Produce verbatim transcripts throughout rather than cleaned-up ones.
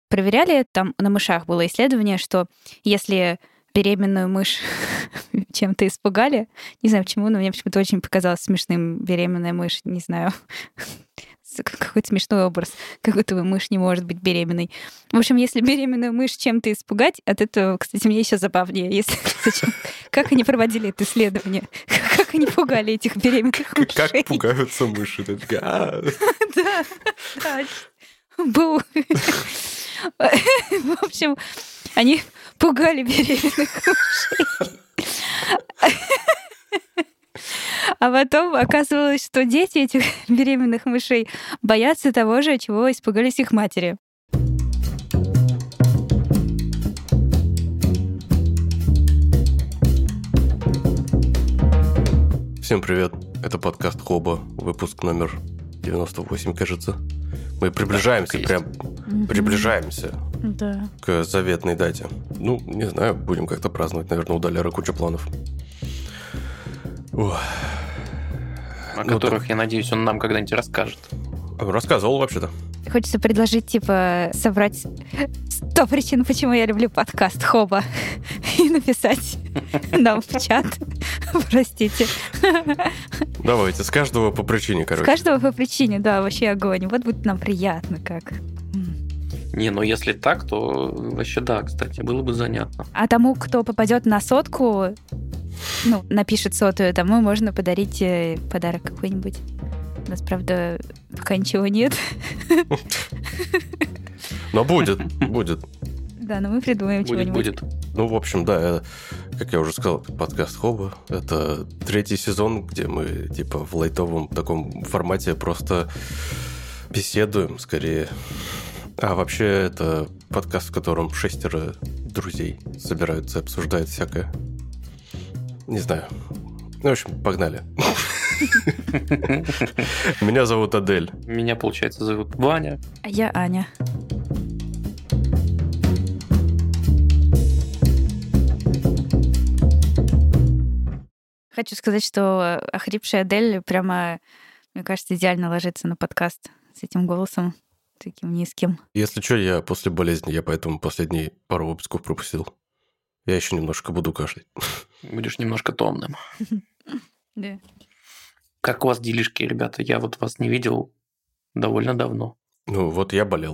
проверяли, там на мышах было исследование, что если беременную мышь чем-то испугали, не знаю почему, но мне почему-то очень показалось смешным беременная мышь, не знаю, какой-то смешной образ, как будто бы мышь не может быть беременной. В общем, если беременную мышь чем-то испугать, от этого, кстати, мне еще забавнее, если зачем, как они проводили это исследование, как они пугали этих беременных мышей. Как пугаются мыши. Да, да. Бу. В общем, они пугали беременных мышей. А потом оказывалось, что дети этих беременных мышей боятся того же, чего испугались их матери. Всем привет, это подкаст Хоба, выпуск номер девяносто восемь, кажется. Мы приближаемся, да, прям mm-hmm. приближаемся да. к заветной дате. Ну, не знаю, будем как-то праздновать, наверное, у Далера куча планов. Ох. О ну, которых, так. я надеюсь, он нам когда-нибудь расскажет. Рассказывал вообще-то. Хочется предложить, типа, собрать сто причин, почему я люблю подкаст Хоба, и написать нам в чат. Простите. Давайте, с каждого по причине, короче. С каждого по причине, да, вообще огонь. Вот будет нам приятно как. Не, ну если так, то вообще да, кстати, было бы занятно. А тому, кто попадет на сотку, ну, напишет сотую, тому можно подарить подарок какой-нибудь. У нас, правда, пока ничего нет. Но будет, будет. Да, но мы придумаем будет, чего-нибудь. Будет, Ну, в общем, да, как я уже сказал, подкаст Хоба. Это третий сезон, где мы, типа, в лайтовом таком формате просто беседуем, скорее. А вообще, это подкаст, в котором шестеро друзей собираются и обсуждают всякое. Не знаю. Ну, в общем, погнали. Меня зовут Адель. Меня, получается, зовут Ваня. А я Аня. Хочу сказать, что охрипшая Адель прямо, мне кажется, идеально ложится на подкаст с этим голосом таким низким. Если что, я после болезни, я поэтому последние пару выпусков пропустил. Я еще немножко буду кашлять. Будешь немножко томным. Да. Как у вас делишки, ребята? Я вот вас не видел довольно давно. Ну, вот я болел.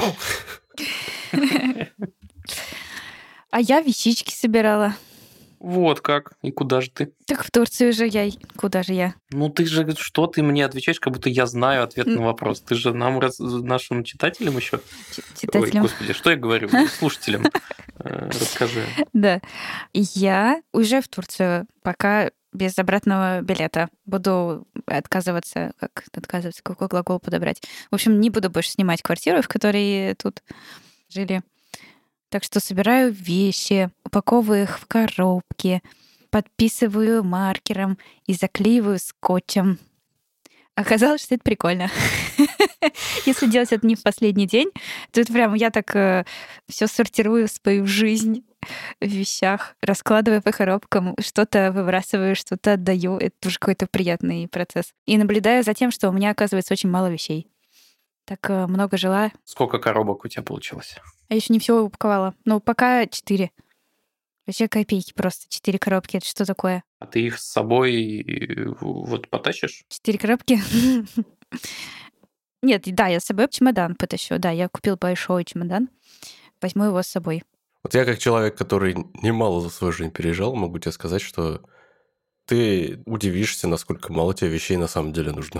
А я вещички собирала. Вот как. И куда же ты? Так в Турцию же я. Куда же я? Ну ты же, что ты мне отвечаешь, как будто я знаю ответ на вопрос. Ты же нам, нашим читателям еще... Читателям. Ой, господи, что я говорю? Слушателям. Расскажи. Да. Я уезжаю в Турцию, пока без обратного билета. Буду отказываться, как отказываться, какой глагол подобрать. В общем, не буду больше снимать квартиру, в которой тут жили. Так что собираю вещи, упаковываю их в коробки, подписываю маркером и заклеиваю скотчем. Оказалось, что это прикольно. Если делать это не в последний день, то это прям я так э, все сортирую свою жизнь в вещах, раскладываю по коробкам, что-то выбрасываю, что-то отдаю. Это тоже какой-то приятный процесс. И наблюдаю за тем, что у меня, оказывается, очень мало вещей. Так э, много жила. Сколько коробок у тебя получилось? А еще не все упаковала. Ну, пока четыре. Вообще копейки просто. Четыре коробки. Это что такое? А ты их с собой вот потащишь? Четыре коробки? Нет, да, я с собой чемодан потащу. Да, я купил большой чемодан. Возьму его с собой. Вот я как человек, который немало за свою жизнь переезжал, могу тебе сказать, что ты удивишься, насколько мало тебе вещей на самом деле нужно.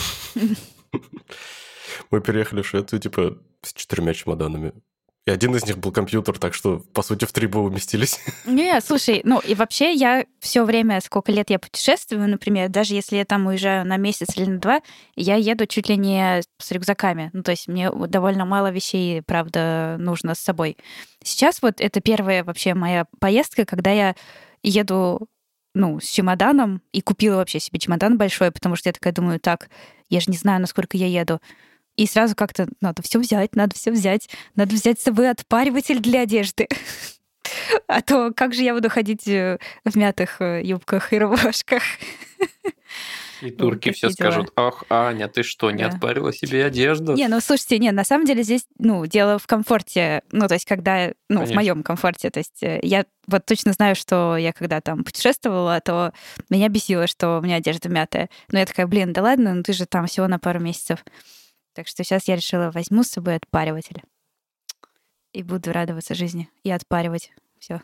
Мы переехали в Швецию, типа, с четырьмя чемоданами. И один из них был компьютер, так что, по сути, в три бы уместились. Не, слушай, ну и вообще я все время, сколько лет я путешествую, например, даже если я там уезжаю на месяц или на два, я еду чуть ли не с рюкзаками. Ну, то есть мне довольно мало вещей, правда, нужно с собой. Сейчас вот это первая вообще моя поездка, когда я еду, ну, с чемоданом, и купила вообще себе чемодан большой, потому что я такая думаю, так, я же не знаю, насколько я еду. И сразу как-то надо все взять, надо все взять. Надо взять с собой отпариватель для одежды. А то как же я буду ходить в мятых юбках и рубашках? И турки все такие дела. скажут: ах, Аня, ты что, не Да. отпарила себе одежду? Не, ну слушайте, не, на самом деле здесь, ну, дело в комфорте, ну, то есть когда, ну, Конечно. в моем комфорте, то есть э, я вот точно знаю, что я когда там путешествовала, то меня бесило, что у меня одежда мятая. Но я такая, блин, да ладно, ну ты же там всего на пару месяцев. Так что сейчас я решила, возьму с собой отпариватель и буду радоваться жизни и отпаривать все.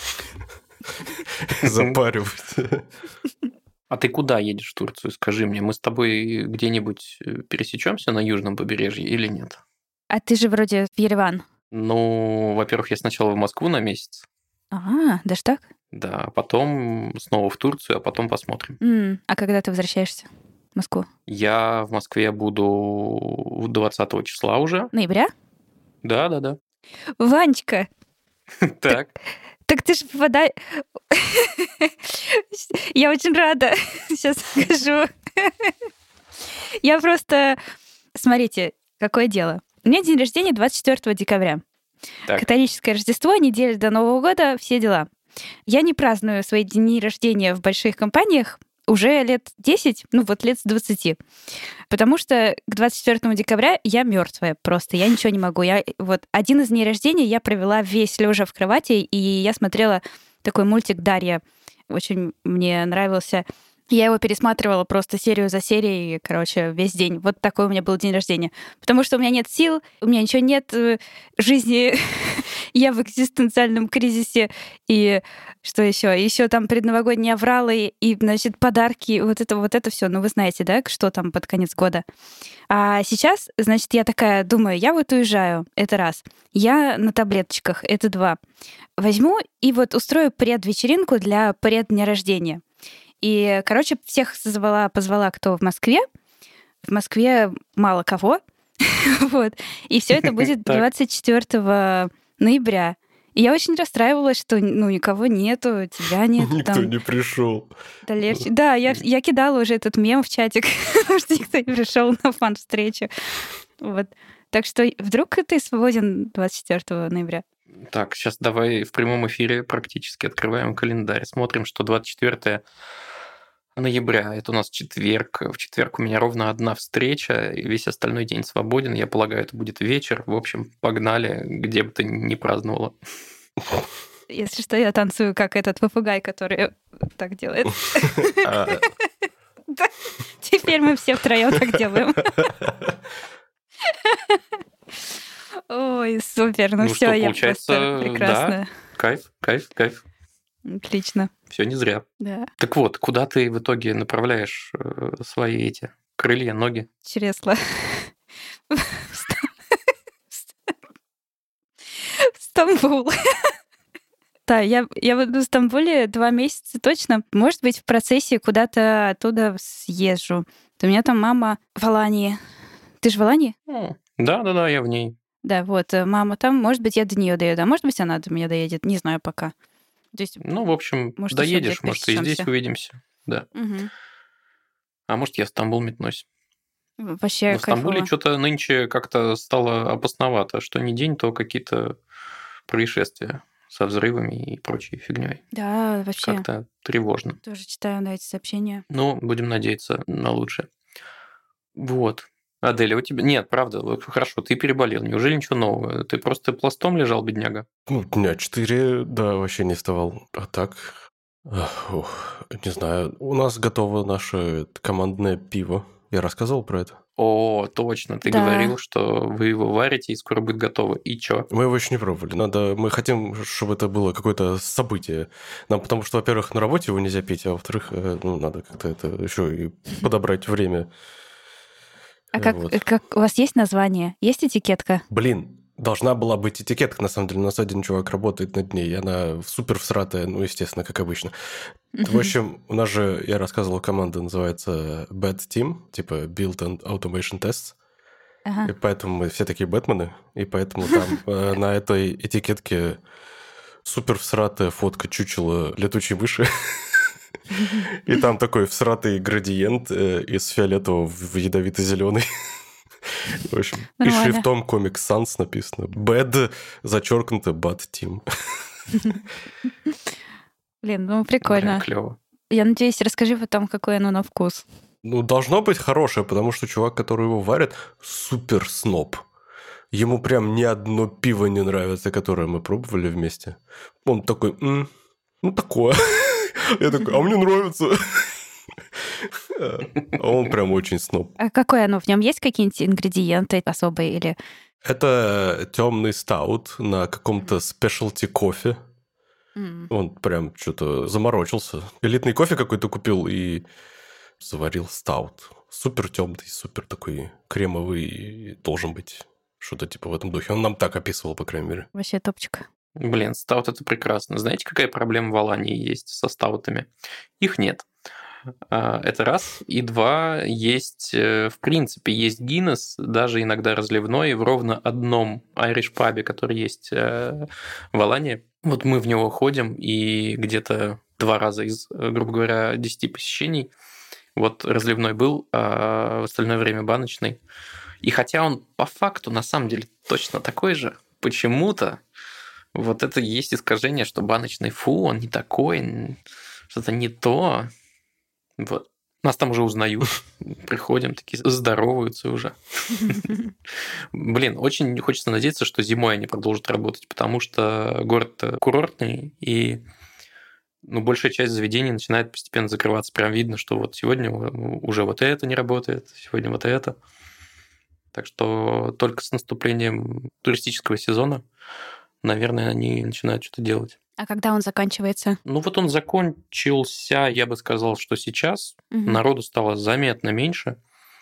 Запаривать. А ты куда едешь в Турцию? Скажи мне, мы с тобой где-нибудь пересечемся на южном побережье или нет? А ты же вроде в Ереван. Ну, во-первых, я сначала в Москву на месяц, А, даже так? да, а потом снова в Турцию, а потом посмотрим. М, А когда ты возвращаешься в Москву? Я в Москве буду двадцатого числа уже. Ноября? Да, да, да. Ванечка, Так, так ты же попадаешь... Я очень рада. Сейчас скажу. Я просто... Смотрите, какое дело. У меня день рождения двадцать четвёртого декабря. так. Католическое Рождество, неделя до Нового года, все дела. Я не праздную свои дни рождения в больших компаниях уже лет десять, ну вот лет с двадцати. Потому что к двадцать четвёртому декабря я мертвая просто, я ничего не могу. Я вот один из дней рождения я провела весь лежа в кровати, и я смотрела такой мультик «Дарья». Очень мне нравился. Я его пересматривала просто серию за серией, короче, весь день. Вот такой у меня был день рождения. Потому что у меня нет сил, у меня ничего нет э, жизни, я в экзистенциальном кризисе. И что еще? Еще там предновогодние авралы и, значит, подарки. Вот это вот это все. Ну, вы знаете, да, что там под конец года. А сейчас, значит, я такая думаю, я вот уезжаю, это раз. Я на таблеточках, это два. Возьму и вот устрою предвечеринку для преддня рождения. И, короче, всех звала, позвала, кто в Москве. В Москве мало кого. Вот. И все это будет Так. двадцать четвёртого ноября. И я очень расстраивалась, что ну никого нету, тебя нет. Никто там, не пришел. да, легче. Да, я, я кидала уже этот мем в чатик, потому что никто не пришел на фан-встречу. Вот. Так что вдруг ты свободен двадцать четвёртого ноября? Так, сейчас давай в прямом эфире практически открываем календарь, смотрим, что двадцать четвёртого ноября, это у нас четверг. В четверг у меня ровно одна встреча, и весь остальной день свободен. Я полагаю, это будет вечер. В общем, погнали, где бы ты ни праздновала. Если что, я танцую, как этот попугай, который так делает. А, Да. Теперь мы все втроем так делаем. Ой, супер. Ну, Ну все, что, я получается, просто прекрасно. Кайф, кайф, кайф. Отлично. Все не зря. Да. Так вот, куда ты в итоге направляешь э, свои эти крылья, ноги? Чресло. В Стамбул. Да, я, я буду в Стамбуле два месяца точно. Может быть, в процессе куда-то оттуда съезжу. У меня там мама в Алании. Ты же в Алании? Да, да, да, я в ней. Да, вот, э, мама там. Может быть, я до нее доеду, а может быть, она до меня доедет. Не знаю пока. То есть, Ну, в общем, Может, ещё доедешь, где-то может, и здесь пересечёмся. увидимся. Да. мгм. А может, я в Стамбул метнусь. Вообще Но в Стамбуле кайфово. что-то нынче как-то стало опасновато. Что ни день, то какие-то происшествия со взрывами и прочей фигней. Да, вообще. Как-то тревожно. Тоже читаю, да, эти сообщения. Ну, будем надеяться на лучшее. Вот. Аделя, у тебя... Нет, правда, вот хорошо, ты переболел. Неужели ничего нового? Ты просто пластом лежал, бедняга? ну, дня четыре, да, вообще не вставал. А так, ах, ух, не знаю. У нас готово наше командное пиво. Я рассказывал про это? О, точно, ты Да. говорил, что вы его варите и скоро будет готово. И чё? Мы его еще не пробовали. Надо, мы хотим, чтобы это было какое-то событие. Нам, потому что, во-первых, на работе его нельзя пить, а во-вторых, э, ну, надо как-то это еще и подобрать время. А как, Вот. э, как у вас есть название? Есть этикетка? Блин, должна была быть этикетка, на самом деле. У нас один чувак работает над ней, и она супер всратая, ну, естественно, как обычно. В общем, у нас же, я рассказывал, команда называется Bad Team, типа Build and Automation Tests. Ага. И поэтому мы все такие Бэтмены, и поэтому там э, на этой этикетке супер всратая фотка чучела летучей мыши. И там такой всратый градиент э, из фиолетового в ядовито-зеленый. В общем, и Нормально. шрифтом Comic Sans написано. Bad, зачеркнуто, Bad Team. Блин, ну прикольно. Клево. Я надеюсь, расскажи потом, какой оно на вкус. Ну, должно быть хорошее, потому что чувак, который его варит, супер сноб. Ему прям ни одно пиво не нравится, которое мы пробовали вместе. Он такой, М, ну, такое. Я такой, а мне нравится. А он прям очень сноб. А какое оно? В нем есть какие-нибудь ингредиенты особые или... Это темный стаут на каком-то спешлти кофе. М. Он прям что-то заморочился. Элитный кофе какой-то купил и заварил стаут. Супер темный, супер такой кремовый должен быть. Что-то типа в этом духе. Он нам так описывал, по крайней мере. Вообще топчик. Блин, стаут это прекрасно. Знаете, какая проблема в Алании есть со стаутами? Их нет. А, Это раз. И два, есть, э, в принципе, есть Гиннес, даже иногда разливной, в ровно одном айриш-пабе, который есть э, в Алании. Вот мы в него ходим, и где-то два раза из, э, грубо говоря, десяти посещений вот разливной был, а в остальное время баночный. И хотя он по факту на самом деле точно такой же, почему-то вот это есть искажение, что баночный фу, он не такой, н- что-то не то. Вот. Нас там уже узнают, приходим, такие здороваются уже. Блин, очень хочется надеяться, что зимой они продолжат работать, потому что город курортный, и ну, большая часть заведений начинает постепенно закрываться. Прям видно, что вот сегодня уже вот это не работает, сегодня вот это. Так что только с наступлением туристического сезона, наверное, они начинают что-то делать. А когда он заканчивается? Ну вот он закончился, я бы сказал, что сейчас Мгм. народу стало заметно меньше,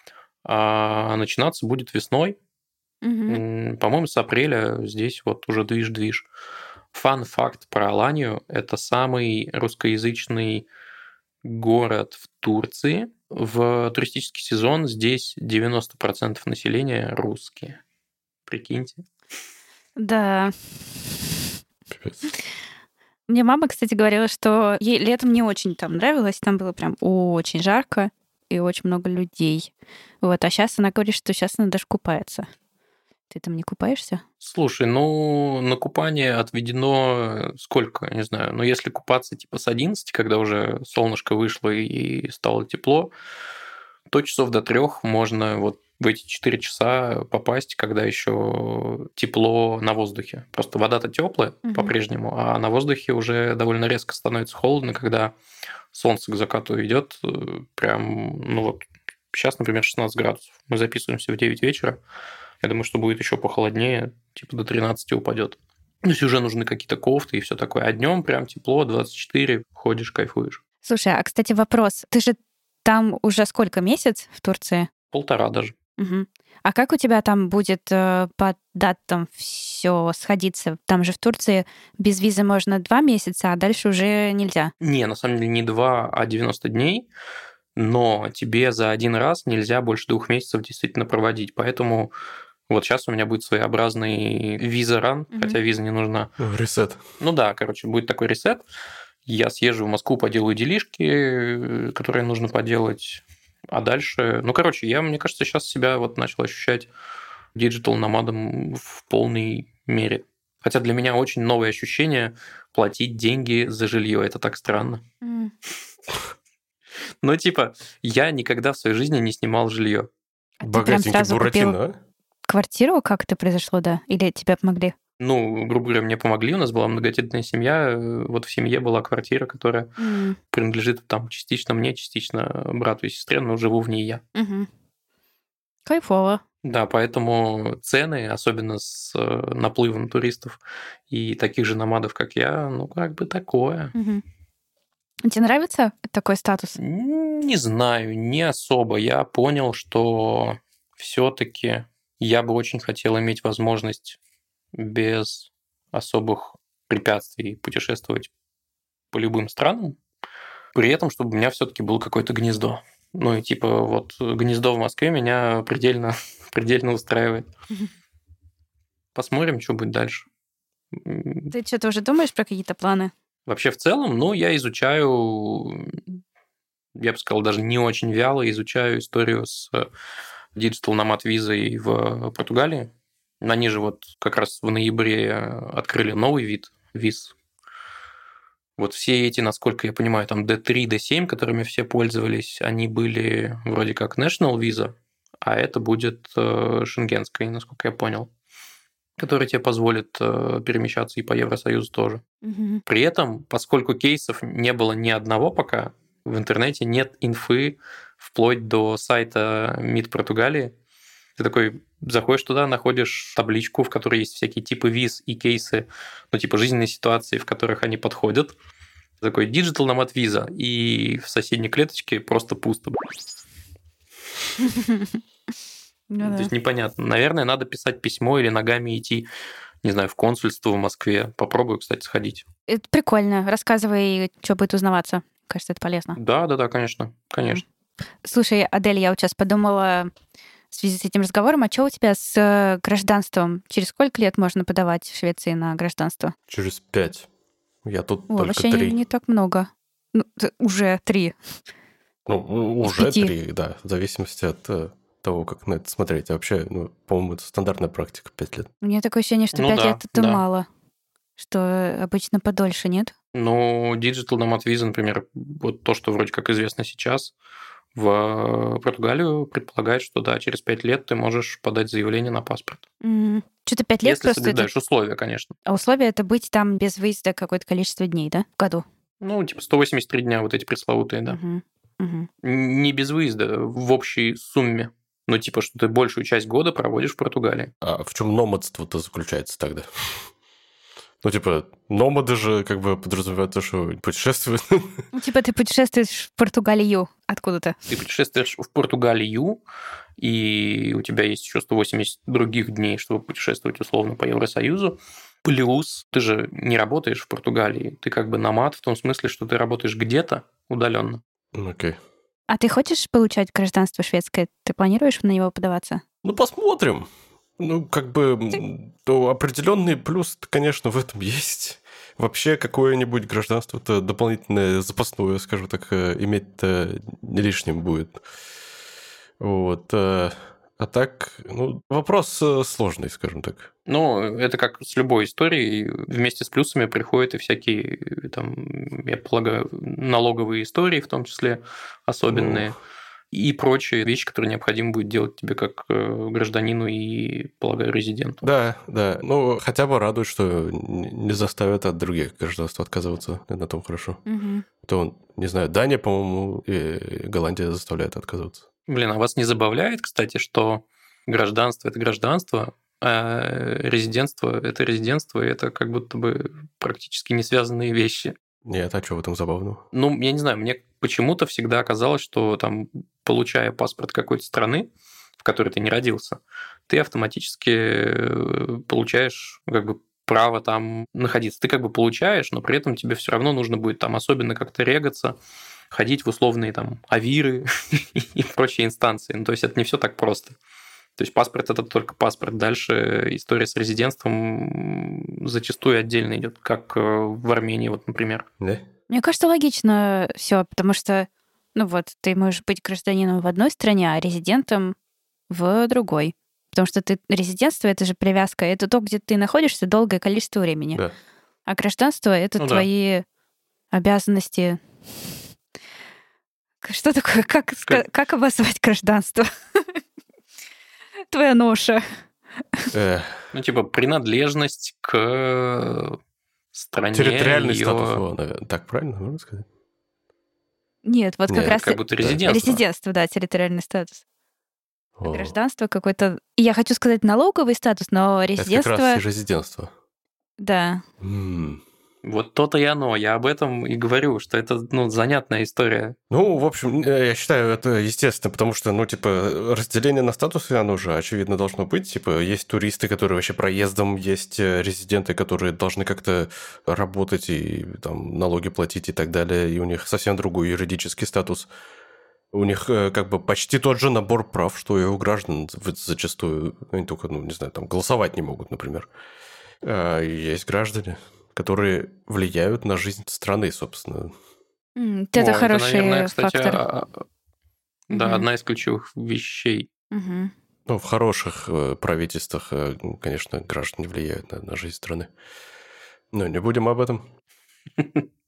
а начинаться будет весной. Мгм. М, По-моему, с апреля здесь вот уже движ-движ. Фан-факт про Аланию – это самый русскоязычный город в Турции. В туристический сезон здесь девяносто процентов населения русские. Прикиньте. Да. Пипец. Мне мама, кстати, говорила, что ей летом не очень там нравилось, там было прям очень жарко и очень много людей. Вот, а сейчас она говорит, что сейчас она даже купается. Ты там не купаешься? Слушай, ну, на купание отведено сколько, не знаю, ну, если купаться типа с одиннадцати, когда уже солнышко вышло и стало тепло, то часов до трех можно вот в эти четыре часа попасть, когда еще тепло на воздухе. Просто вода-то теплая Мгм. по-прежнему, а на воздухе уже довольно резко становится холодно, когда солнце к закату идет. Прям, ну вот, сейчас, например, шестнадцать градусов. Мы записываемся в девять вечера. Я думаю, что будет еще похолоднее, типа до тринадцати упадет. То есть уже нужны какие-то кофты и все такое. А днем прям тепло, двадцать четыре, ходишь, кайфуешь. Слушай, а, кстати, вопрос. Ты же там уже сколько, месяц в Турции? Полтора даже. Мгм. А как у тебя там будет э, по датам все сходиться? Там же в Турции без визы можно два месяца, а дальше уже нельзя. Не, на самом деле не два, а девяносто дней. Но тебе за один раз нельзя больше двух месяцев действительно проводить. Поэтому вот сейчас у меня будет своеобразный виза-ран, Мгм. хотя виза не нужна. Ресет. Ну да, короче, будет такой ресет. Я съезжу в Москву, поделаю делишки, э, которые нужно поделать. А дальше... Ну, короче, я, мне кажется, сейчас себя вот начал ощущать диджитал-номадом в полной мере. Хотя для меня очень новое ощущение платить деньги за жилье. Это так странно. М. Ну, типа, я никогда в своей жизни не снимал жилье. А ты прям Богатенький сразу купил Буратино, а? квартиру? Как это произошло, да? Или тебе помогли? Ну, грубо говоря, мне помогли, у нас была многодетная семья, э, вот в семье была квартира, которая М. принадлежит там частично мне, частично брату и сестре, но живу в ней я. Мгм. Кайфово. Да, поэтому цены, особенно с э, наплывом туристов и таких же номадов, как я, ну, как бы такое. Мгм. Тебе нравится такой статус? М, Не знаю, не особо. Я понял, что все-таки я бы очень хотел иметь возможность без особых препятствий путешествовать по любым странам, при этом, чтобы у меня все-таки было какое-то гнездо. Ну и типа вот гнездо в Москве меня предельно, предельно устраивает. Мгм. Посмотрим, что будет дальше. М, Ты что-то уже думаешь про какие-то планы? Вообще в целом, ну, я изучаю, я бы сказал, даже не очень вяло, изучаю историю с Digital Nomad визой в Португалии. Они же вот как раз в ноябре открыли новый вид виз. Вот все эти, насколько я понимаю, там ди три, ди семь, которыми все пользовались, они были вроде как National Visa, а это будет э, шенгенская, насколько я понял, которая тебе позволит э, перемещаться и по Евросоюзу тоже. Мгм. При этом, поскольку кейсов не было ни одного пока, в интернете нет инфы вплоть до сайта МИД Португалии. Ты такой заходишь туда, находишь табличку, в которой есть всякие типы виз и кейсы, ну, типа жизненные ситуации, в которых они подходят. Такой Digital Nomad Visa, и в соседней клеточке просто пусто. Ну То да. есть непонятно. Наверное, надо писать письмо или ногами идти, не знаю, в консульство в Москве. Попробую, кстати, сходить. Это прикольно. Рассказывай, что будет узнаваться. Кажется, это полезно. Да, да, да, конечно, конечно. Слушай, Адель, я вот сейчас подумала в связи с этим разговором, а что у тебя с э, гражданством? Через сколько лет можно подавать в Швеции на гражданство? Через пять. Я тут О, только вообще не, три. не так много. Ну, т- уже три. Ну, у- из уже пяти. три, да, в зависимости от э, того, как на это смотреть. А вообще, ну, по-моему, это стандартная практика, пять лет. У меня такое ощущение, что Ну пять да, лет это да. мало. Что обычно подольше, нет? Ну, Digital Nomad Visa, например, вот то, что вроде как известно сейчас, в Португалию предполагает, что да, через пять лет ты можешь подать заявление на паспорт. Что-то пять лет Если просто. это- соблюдаешь условия, конечно. А условие это быть там без выезда какое-то количество дней, да? В году. Ну, типа сто восемьдесят три дня вот эти пресловутые, да. Мгм. Мгм. Не без выезда, в общей сумме. Ну, типа, что ты большую часть года проводишь в Португалии. А в чем номадство-то заключается тогда? Ну, типа, номады же как бы подразумевают то, что путешествуют. Ну, типа ты путешествуешь в Португалию откуда-то. Ты путешествуешь в Португалию, и у тебя есть еще сто восемьдесят других дней, чтобы путешествовать условно по Евросоюзу. Плюс ты же не работаешь в Португалии. Ты как бы номад в том смысле, что ты работаешь где-то удаленно. Окей. А ты хочешь получать гражданство шведское? Ты планируешь на него подаваться? Ну, посмотрим. Ну, как бы, м, то определенный плюс, конечно, в этом есть. Вообще, какое-нибудь гражданство-то дополнительное, запасное, скажу так, э, иметь-то не лишним будет. Вот. э, А так, ну, вопрос э, сложный, скажем так. Ну, это как с любой историей. Вместе с плюсами приходят и всякие, там, я полагаю, налоговые истории, в том числе особенные, и прочие вещи, которые необходимо будет делать тебе как э, гражданину и, полагаю, резиденту. Да, да. Ну, хотя бы радует, что н- не заставят от других гражданств отказываться. Это на том хорошо. Мгм. То, не знаю, Дания, по-моему, и Голландия заставляет отказываться. Блин, а вас не забавляет, кстати, что гражданство – это гражданство, а резидентство – это резидентство, и это как будто бы практически не связанные вещи. Нет, а что в этом забавного? Ну, я не знаю, мне почему-то всегда казалось, что там, получая паспорт какой-то страны, в которой ты не родился, ты автоматически э, получаешь как бы право там находиться. Ты как бы получаешь, но при этом тебе все равно нужно будет там особенно как-то регаться, ходить в условные там авиры и прочие инстанции. Ну, то есть это не все так просто. То есть паспорт – это только паспорт. Дальше история с резидентством зачастую отдельно идет, как э, в Армении, вот, например. Да? Мне кажется, логично все, потому что, ну вот, ты можешь быть гражданином в одной стране, а резидентом в другой. Потому что ты резидентство — это же привязка, это то, где ты находишься долгое количество времени. Да. А гражданство — это Ну да. твои обязанности. Что такое? Как, ска- как обозвать гражданство? Твоя ноша. Э, Ну, типа, принадлежность к стране. территориальный её- статус, о, наверное. Так правильно можно сказать? Нет, вот как Нет, раз Как будто Да. резидентство. резидентство, да, территориальный статус. О, Гражданство какой-то... И я хочу сказать налоговый статус, но это как резидентство... раз и резидентство. Да. М. Вот то-то и оно. Я об этом и говорю, что это, ну, занятная история. Ну, в общем, э, я считаю, это естественно, потому что, ну, типа, разделение на статусы, оно же, очевидно, должно быть. Типа, есть туристы, которые вообще проездом, есть э, резиденты, которые должны как-то работать и там налоги платить и так далее, и у них совсем другой юридический статус. У них э, как бы почти тот же набор прав, что и у граждан в- зачастую. Они только, ну, не знаю, там, голосовать не могут, например. А есть граждане, которые влияют на жизнь страны, собственно. М, Это О, хороший наверное, кстати, фактор. а- а- да, Мгм. одна из ключевых вещей. Мгм. Ну, в хороших э, правительствах, э, конечно, граждане влияют на, на жизнь страны. Но не будем об этом.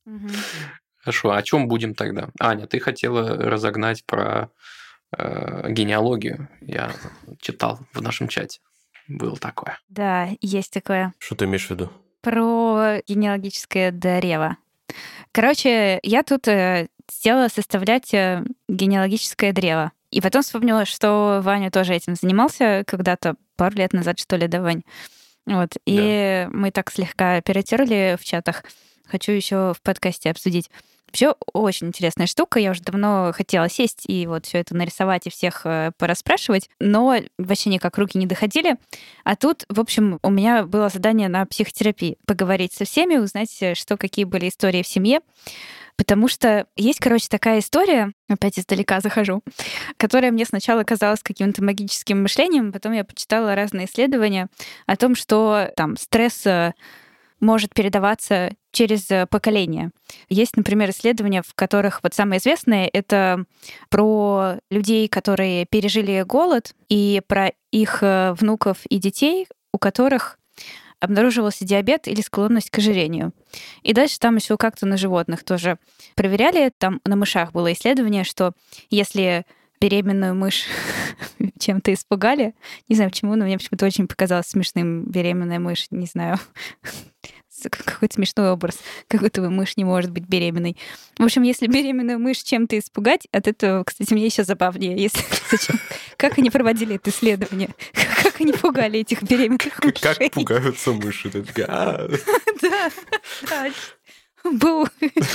Мгм. Хорошо, о чем будем тогда? Аня, ты хотела разогнать про э, генеалогию. Я читал в нашем чате. Было такое. Да, есть такое. Что ты имеешь в виду? Про генеалогическое древо. Короче, я тут э, села составлять э, генеалогическое древо. И потом вспомнила, что Ваня тоже этим занимался когда-то, пару лет назад, что ли, да, Вань? Вот. И мы так слегка перетерли в чатах. Хочу еще в подкасте обсудить. Вообще очень интересная штука. Я уже давно хотела сесть и вот все это нарисовать и всех э, порасспрашивать, но вообще никак руки не доходили. А тут, в общем, у меня было задание на психотерапии поговорить со всеми, узнать, э, что какие были истории в семье. Потому что есть, короче, такая история, опять издалека захожу, которая мне сначала казалась каким-то магическим мышлением, потом я почитала разные исследования о том, что там стресс э, может передаваться через э, поколение. Есть, например, исследования, в которых вот самое известное — это про людей, которые пережили голод, и про их э, внуков и детей, у которых обнаруживался диабет или склонность к ожирению. И дальше там еще как-то на животных тоже проверяли. Там на мышах было исследование, что если беременную мышь чем-то испугали, не знаю почему, но мне почему-то очень показалось смешным беременная мышь, не знаю, какой-то смешной образ, как будто бы мышь не может быть беременной. В общем, если беременную мышь чем-то испугать, от этого, кстати, мне еще забавнее. Если, зачем, как они проводили это исследование? Как они пугали этих беременных мышей? Как пугаются мыши? Ты такая, «А». Да, да. Бу.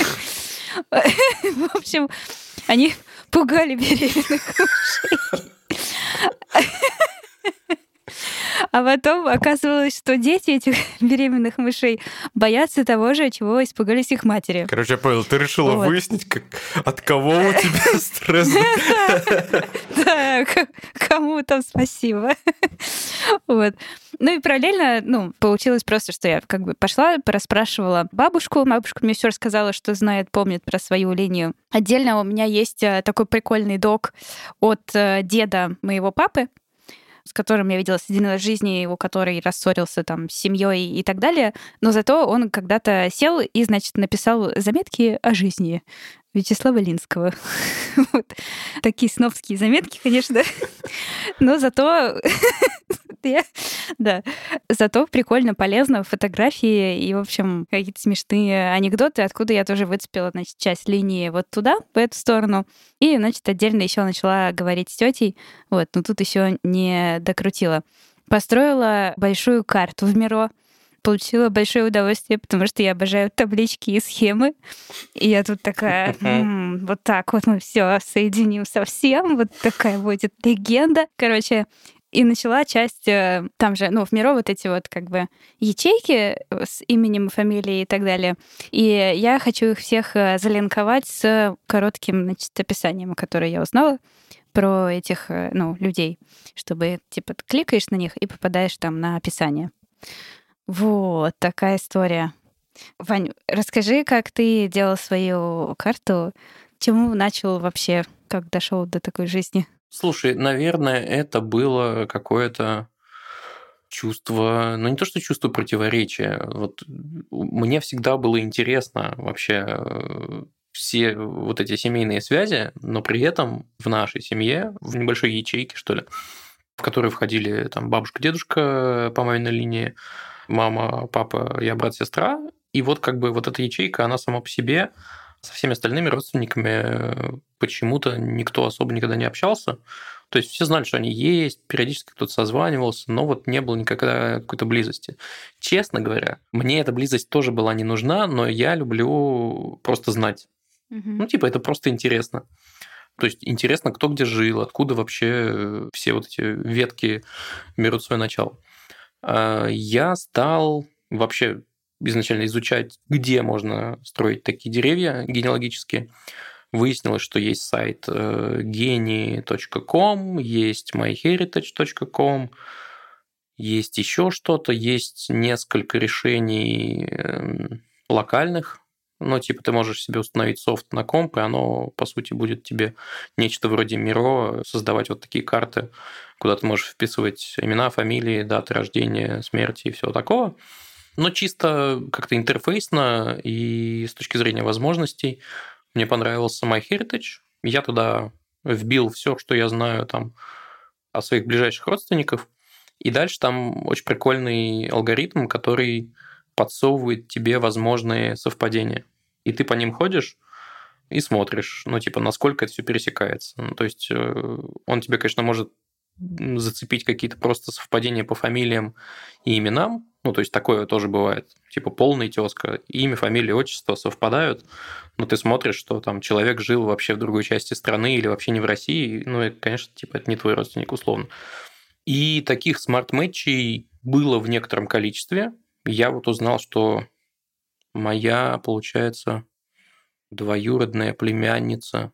В общем, они пугали беременных мышей. А потом оказывалось, что дети этих беременных мышей боятся того же, чего испугались их матери. Короче, я понял, ты решила Вот. выяснить, как, от кого у тебя стресс. Да, к- кому там спасибо. Вот. Ну и параллельно, ну, получилось просто, что я как бы пошла, порасспрашивала бабушку. Бабушка мне все рассказала, что знает, помнит про свою линию. Отдельно у меня есть э, такой прикольный док от э, деда моего папы, с которым я виделась один раз в жизни, у который рассорился там с семьей и так далее. Но зато он когда-то сел и, значит, написал заметки о жизни Вячеслава Линского. Вот. Такие сновские заметки, конечно. Но зато... я- Да. Зато прикольно, полезно, фотографии и, в общем, какие-то смешные анекдоты, откуда я тоже выцепила, значит, часть линии вот туда, в эту сторону. И, значит, отдельно еще начала говорить с тетей. Вот, но тут еще не докрутила. Построила большую карту в Миро. Получила большое удовольствие, потому что я обожаю таблички и схемы. И я тут такая, «М, вот так вот мы все соединим совсем. Вот такая будет легенда. Короче, и начала часть, э, там же, ну, в Миро вот эти вот как бы ячейки э, с именем, фамилией и так далее. И я хочу их всех э, залинковать с коротким, значит, описанием, которое я узнала про этих, э, ну, людей, чтобы, типа, ты кликаешь на них и попадаешь там на описание. Вот такая история. Вань, расскажи, как ты делал свою карту, чему начал вообще, как дошел до такой жизни? Слушай, наверное, это было какое-то чувство, ну не то что чувство противоречия, вот мне всегда было интересно вообще э, все вот эти семейные связи, но при этом в нашей семье, в небольшой ячейке, что ли, в которой входили там бабушка, дедушка по маминой линии, мама, папа, я, брат, сестра, и вот как бы вот эта ячейка, она сама по себе со всеми остальными родственниками почему-то никто особо никогда не общался. То есть все знали, что они есть, периодически кто-то созванивался, но вот не было никогда какой-то близости. Честно говоря, мне эта близость тоже была не нужна, но я люблю просто знать. Мгм. Ну, типа, это просто интересно. То есть интересно, кто где жил, откуда вообще все вот эти ветки берут свое начало. А Я стал вообще изначально изучать, где можно строить такие деревья генеалогические. Выяснилось, что есть сайт гени точка ком, есть май херитедж точка ком, есть еще что-то, есть несколько решений эм, локальных. Ну, типа, ты можешь себе установить софт на комп, и оно, по сути, будет тебе нечто вроде Миро создавать вот такие карты, куда ты можешь вписывать имена, фамилии, даты рождения, смерти и всего такого. Но чисто как-то интерфейсно и с точки зрения возможностей мне понравился MyHeritage. Я туда вбил все, что я знаю там о своих ближайших родственниках. И дальше там очень прикольный алгоритм, который подсовывает тебе возможные совпадения. И ты по ним ходишь и смотришь, ну, типа, насколько это все пересекается. Ну, то есть он тебе, конечно, может зацепить какие-то просто совпадения по фамилиям и именам. Ну, то есть такое тоже бывает. Типа полная тезка, имя, фамилия, отчество совпадают, но ты смотришь, что там человек жил вообще в другой части страны или вообще не в России. Ну, и, конечно, типа это не твой родственник, условно. И таких смарт-мэтчей было в некотором количестве. Я вот узнал, что моя, получается, двоюродная племянница,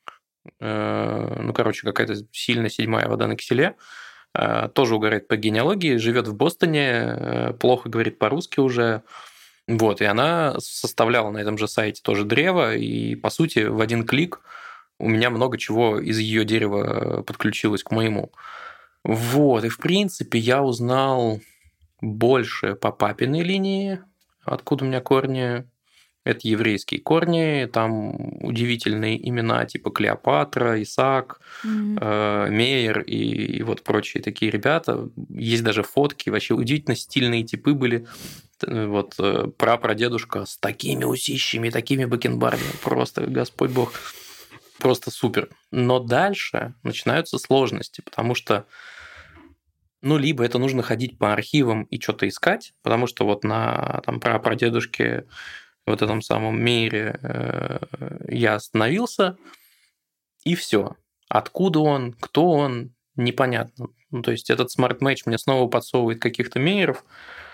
э, ну, короче, какая-то сильно седьмая вода на киселе, э, тоже угорает по генеалогии, живет в Бостоне, э, плохо говорит по-русски уже. Вот, и она составляла на этом же сайте тоже древо, и, по сути, в один клик у меня много чего из ее дерева подключилось к моему. Вот, и, в принципе, я узнал больше по папиной линии, откуда у меня корни. Это еврейские корни, там удивительные имена типа Клеопатра, Исаак, mm-hmm. э, Мейер и, и вот прочие такие ребята. Есть даже фотки, вообще удивительно стильные типы были. Вот э, прапрадедушка с такими усищами, такими бакенбардами. Просто Господь Бог. Просто супер. Но дальше начинаются сложности, потому что ну, либо это нужно ходить по архивам и что-то искать, потому что вот на там, прапрадедушке в этом самом мире э, я остановился, и все. Откуда он, кто он, непонятно. Ну, то есть этот смарт-мэтч мне снова подсовывает каких-то мейеров,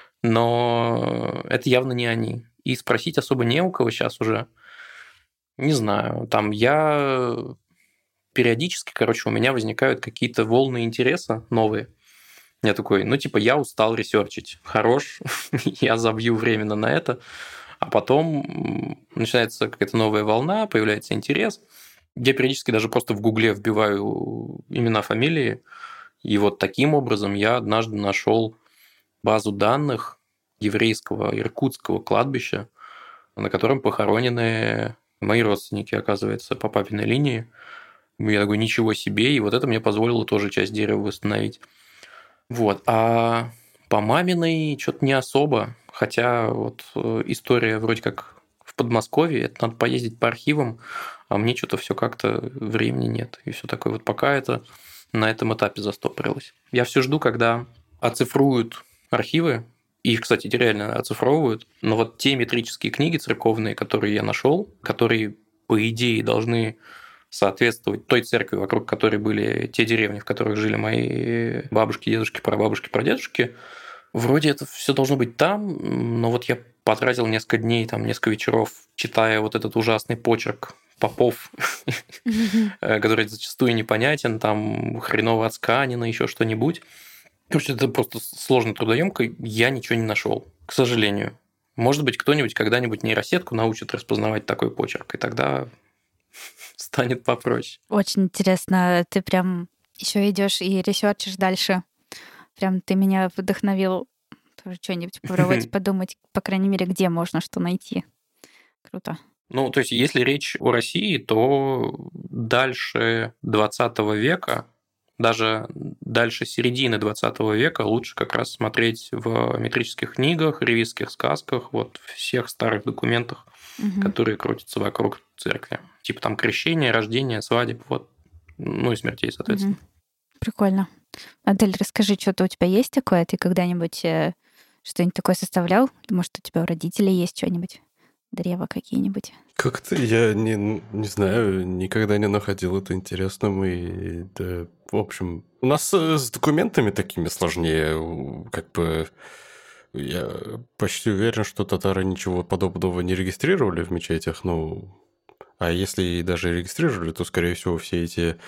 но это явно не они. И спросить особо не у кого сейчас уже. Не знаю. Там я периодически, короче, у меня возникают какие-то волны интереса новые. Я такой, ну, типа, я устал ресерчить. Хорош, я забью временно на это. А потом начинается какая-то новая волна, появляется интерес. Я периодически даже просто в Гугле вбиваю имена, фамилии. И вот таким образом я однажды нашел базу данных еврейского иркутского кладбища, на котором похоронены мои родственники, оказывается, по папиной линии. Я такой, ничего себе. И вот это мне позволило тоже часть дерева восстановить. Вот. А по маминой что-то не особо. Хотя вот история вроде как в Подмосковье, это надо поездить по архивам, а мне что-то все как-то времени нет. И все такое вот пока это на этом этапе застопорилось. Я все жду, когда оцифруют архивы, и их, кстати, реально оцифровывают, но вот те метрические книги церковные, которые я нашел, которые, по идее, должны соответствовать той церкви, вокруг которой были те деревни, в которых жили мои бабушки, дедушки, прабабушки, прадедушки, вроде это все должно быть там, но вот я потратил несколько дней, там, несколько вечеров, читая вот этот ужасный почерк попов, который зачастую непонятен, там, хреново отсканено, еще что-нибудь. Короче, это просто сложно трудоемко, я ничего не нашел, к сожалению. Может быть, кто-нибудь когда-нибудь нейросетку научит распознавать такой почерк, и тогда станет попроще. Очень интересно, ты прям еще идешь и ресерчишь дальше. Прям ты меня вдохновил тоже что-нибудь попробовать подумать, по крайней мере, где можно что найти. Круто. Ну, то есть, если речь о России, то дальше двадцатого века, даже дальше середины двадцатого века лучше как раз смотреть в метрических книгах, ревизских сказках, вот всех старых документах, угу. которые крутятся вокруг церкви. Типа там крещение, рождение, свадеб, вот, ну и смертей, соответственно. Угу. Прикольно. Адель, расскажи, что-то у тебя есть такое? Ты когда-нибудь э, что-нибудь такое составлял? Может, у тебя у родителей есть что-нибудь? Древа какие-нибудь? Как-то я не, не знаю, никогда не находил это интересным. И, да, в общем, у нас с документами такими сложнее. Как бы я почти уверен, что татары ничего подобного не регистрировали в мечетях. Ну, а если и даже регистрировали, то, скорее всего, все эти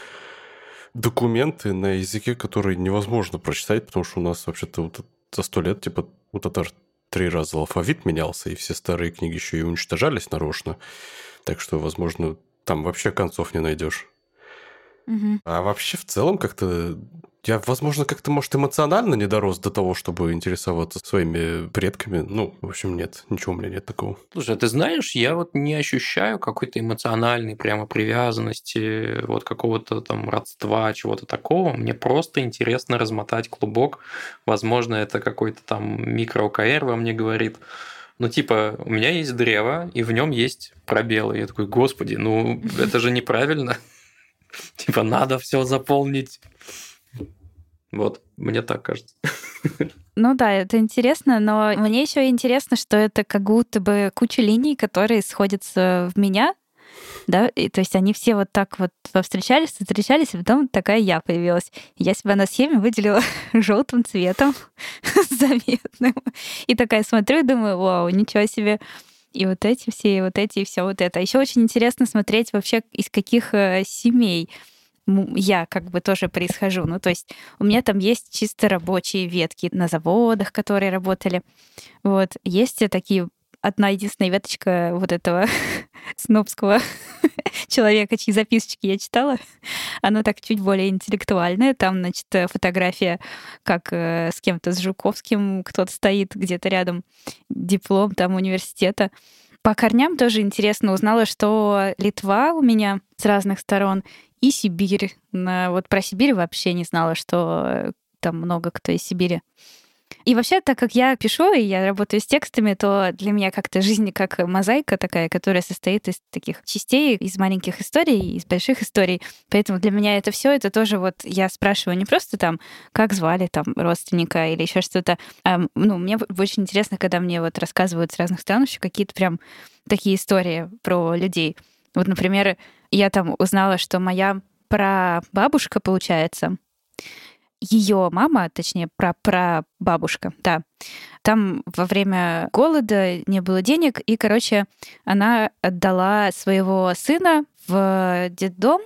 документы на языке, который невозможно прочитать, потому что у нас вообще-то вот за сто лет, типа, у татар три раза алфавит менялся, и все старые книги еще и уничтожались нарочно. Так что, возможно, там вообще концов не найдешь. Мгм. А вообще в целом как-то... Я, возможно, как-то, может, эмоционально не дорос до того, чтобы интересоваться своими предками. Ну, в общем, нет, ничего у меня нет такого. Слушай, а ты знаешь, я вот не ощущаю какой-то эмоциональной прямо привязанности, вот какого-то там родства, чего-то такого. Мне просто интересно размотать клубок. Возможно, это какой-то там микро-ОКР во мне говорит. Ну, типа, у меня есть древо, и в нем есть пробелы. Я такой, господи, ну, это же неправильно. Типа, надо все заполнить. Вот, мне так кажется. Ну да, это интересно, но мне еще интересно, что это как будто бы куча линий, которые сходятся в меня, да, и то есть они все вот так вот встречались, встречались, и потом такая я появилась. Я себя на схеме выделила желтым цветом заметным. И такая смотрю и думаю, вау, ничего себе. И вот эти все, и вот эти, и все вот это. Еще очень интересно смотреть вообще, из каких э, семей м, я как бы тоже происхожу. Ну, то есть у меня там есть чисто рабочие ветки на заводах, которые работали. Вот. Есть такие одна единственная веточка вот этого снобского человека, чьи записочки я читала. Она так чуть более интеллектуальная. Там, значит, фотография, как э, с кем-то, с Жуковским кто-то стоит где-то рядом, диплом там университета. По корням тоже интересно узнала, что Литва у меня с разных сторон и Сибирь. На- Вот про Сибирь вообще не знала, что э, там много кто из Сибири. И вообще, так как я пишу и я работаю с текстами, то для меня как-то жизнь как мозаика такая, которая состоит из таких частей, из маленьких историй, из больших историй. Поэтому для меня это все, это тоже вот я спрашиваю не просто там, как звали там родственника или еще что-то. А, ну, мне очень интересно, когда мне вот рассказывают с разных стран еще какие-то прям такие истории про людей. Вот, например, я там узнала, что моя прабабушка, получается, ее мама, точнее, прапрабабушка, да, там во время голода не было денег, и, короче, она отдала своего сына в детдом,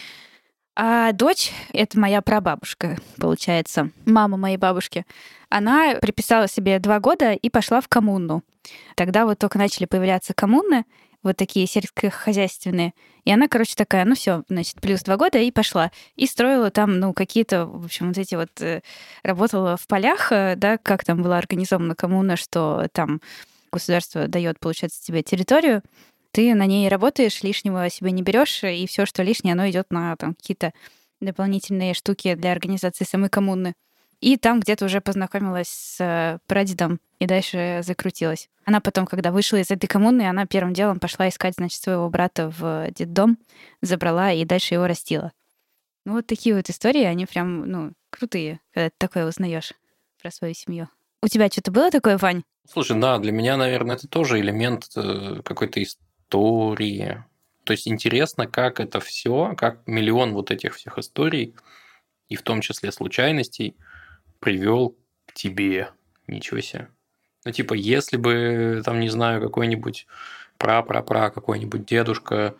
а дочь, это моя прабабушка, получается, мама моей бабушки, она приписала себе два года и пошла в коммуну. Тогда вот только начали появляться коммуны, вот такие сельскохозяйственные. И она, короче, такая, ну все, значит, плюс два года и пошла. И строила там, ну, какие-то, в общем, вот эти вот... э, Работала в полях, э, да, как там была организована коммуна, что там государство дает, получается, тебе территорию, ты на ней работаешь, лишнего себе не берешь, и все, что лишнее, оно идет на там какие-то дополнительные штуки для организации самой коммуны. И там где-то уже познакомилась с э, прадедом и дальше закрутилась. Она потом, когда вышла из этой коммуны, она первым делом пошла искать, значит, своего брата в детдом, забрала и дальше его растила. Ну, вот такие вот истории, они прям, ну, крутые, когда ты такое узнаешь про свою семью. У тебя что-то было такое, Вань? Слушай, да, для меня, наверное, это тоже элемент э, какой-то истории. То есть интересно, как это все, как миллион вот этих всех историй, и в том числе случайностей, привел к тебе. Ничего себе. Ну, типа, если бы, там, не знаю, какой-нибудь пра-пра-пра, какой-нибудь дедушка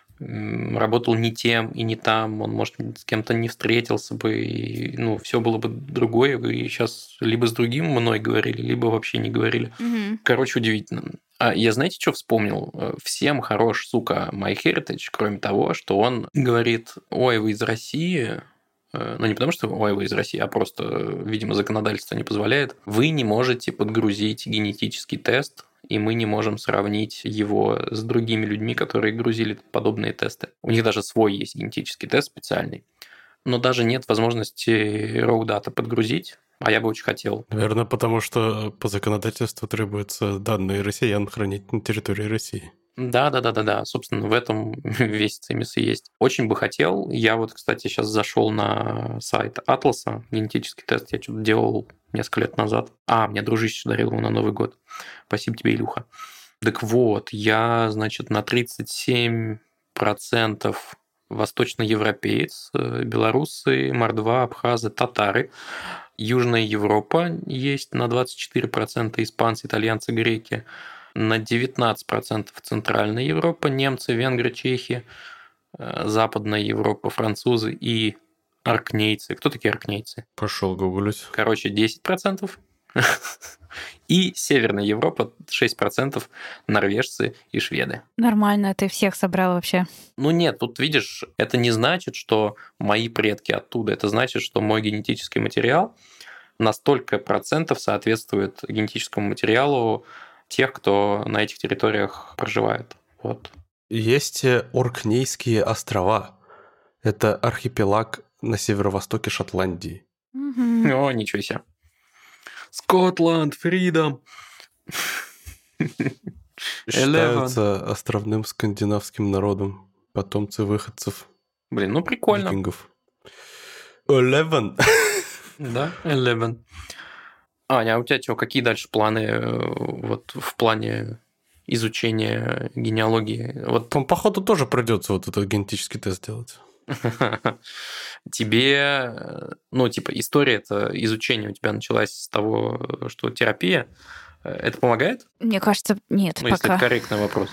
м, работал не тем и не там, он, может, с кем-то не встретился бы, и, ну, все было бы другое, вы сейчас либо с другим мной говорили, либо вообще не говорили. Угу. Короче, удивительно. А я, знаете, что вспомнил? Э, Всем хорош, сука, MyHeritage, кроме того, что он говорит, ой, вы из России, Э, ну, не потому что, ой, вы из России, а просто, э, видимо, законодательство не позволяет, вы не можете подгрузить генетический тест, и мы не можем сравнить его с другими людьми, которые грузили подобные тесты. У них даже свой есть генетический тест специальный. Но даже нет возможности raw data подгрузить, а я бы очень хотел. Наверное, потому что по законодательству требуется данные россиян хранить на территории России. Да, да, да, да, да. Собственно, в этом весь цимис и есть. Очень бы хотел. Я вот, кстати, сейчас зашел на сайт Атласа. Генетический тест я что-то делал несколько лет назад. А, мне дружище дарил его на Новый год. Спасибо тебе, Илюха. Так вот, я, значит, на тридцать семь процентов восточноевропеец, э, белорусы, мордва, абхазы, татары. Южная Европа есть на двадцать четыре процента, испанцы, итальянцы, греки. На девятнадцать процентов Центральная Европа, немцы, венгры, чехи, э, Западная Европа, французы и аркнейцы. Кто такие аркнейцы? Пошел гуглить. Короче, десять процентов И Северная Европа шесть процентов норвежцы и шведы. Нормально, ты всех собрал вообще. Ну нет, тут видишь, это не значит, что мои предки оттуда. Это значит, что мой генетический материал на столько процентов соответствует генетическому материалу тех, кто на этих территориях проживает. Вот. Есть Оркнейские острова. Это архипелаг на северо-востоке Шотландии. Угу. О, ничего себе. Скотланд, фридом. Считаются островным скандинавским народом, потомцы выходцев. Блин, ну прикольно. Викингов. Eleven. Да, Eleven. Аня, а у тебя что, какие дальше планы вот в плане изучения генеалогии? Вот Походу тоже придется вот этот генетический тест делать. Тебе, ну, типа, история это изучение у тебя началась с того, что терапия. Это помогает? Мне кажется, нет, ну, пока. Если это корректный вопрос.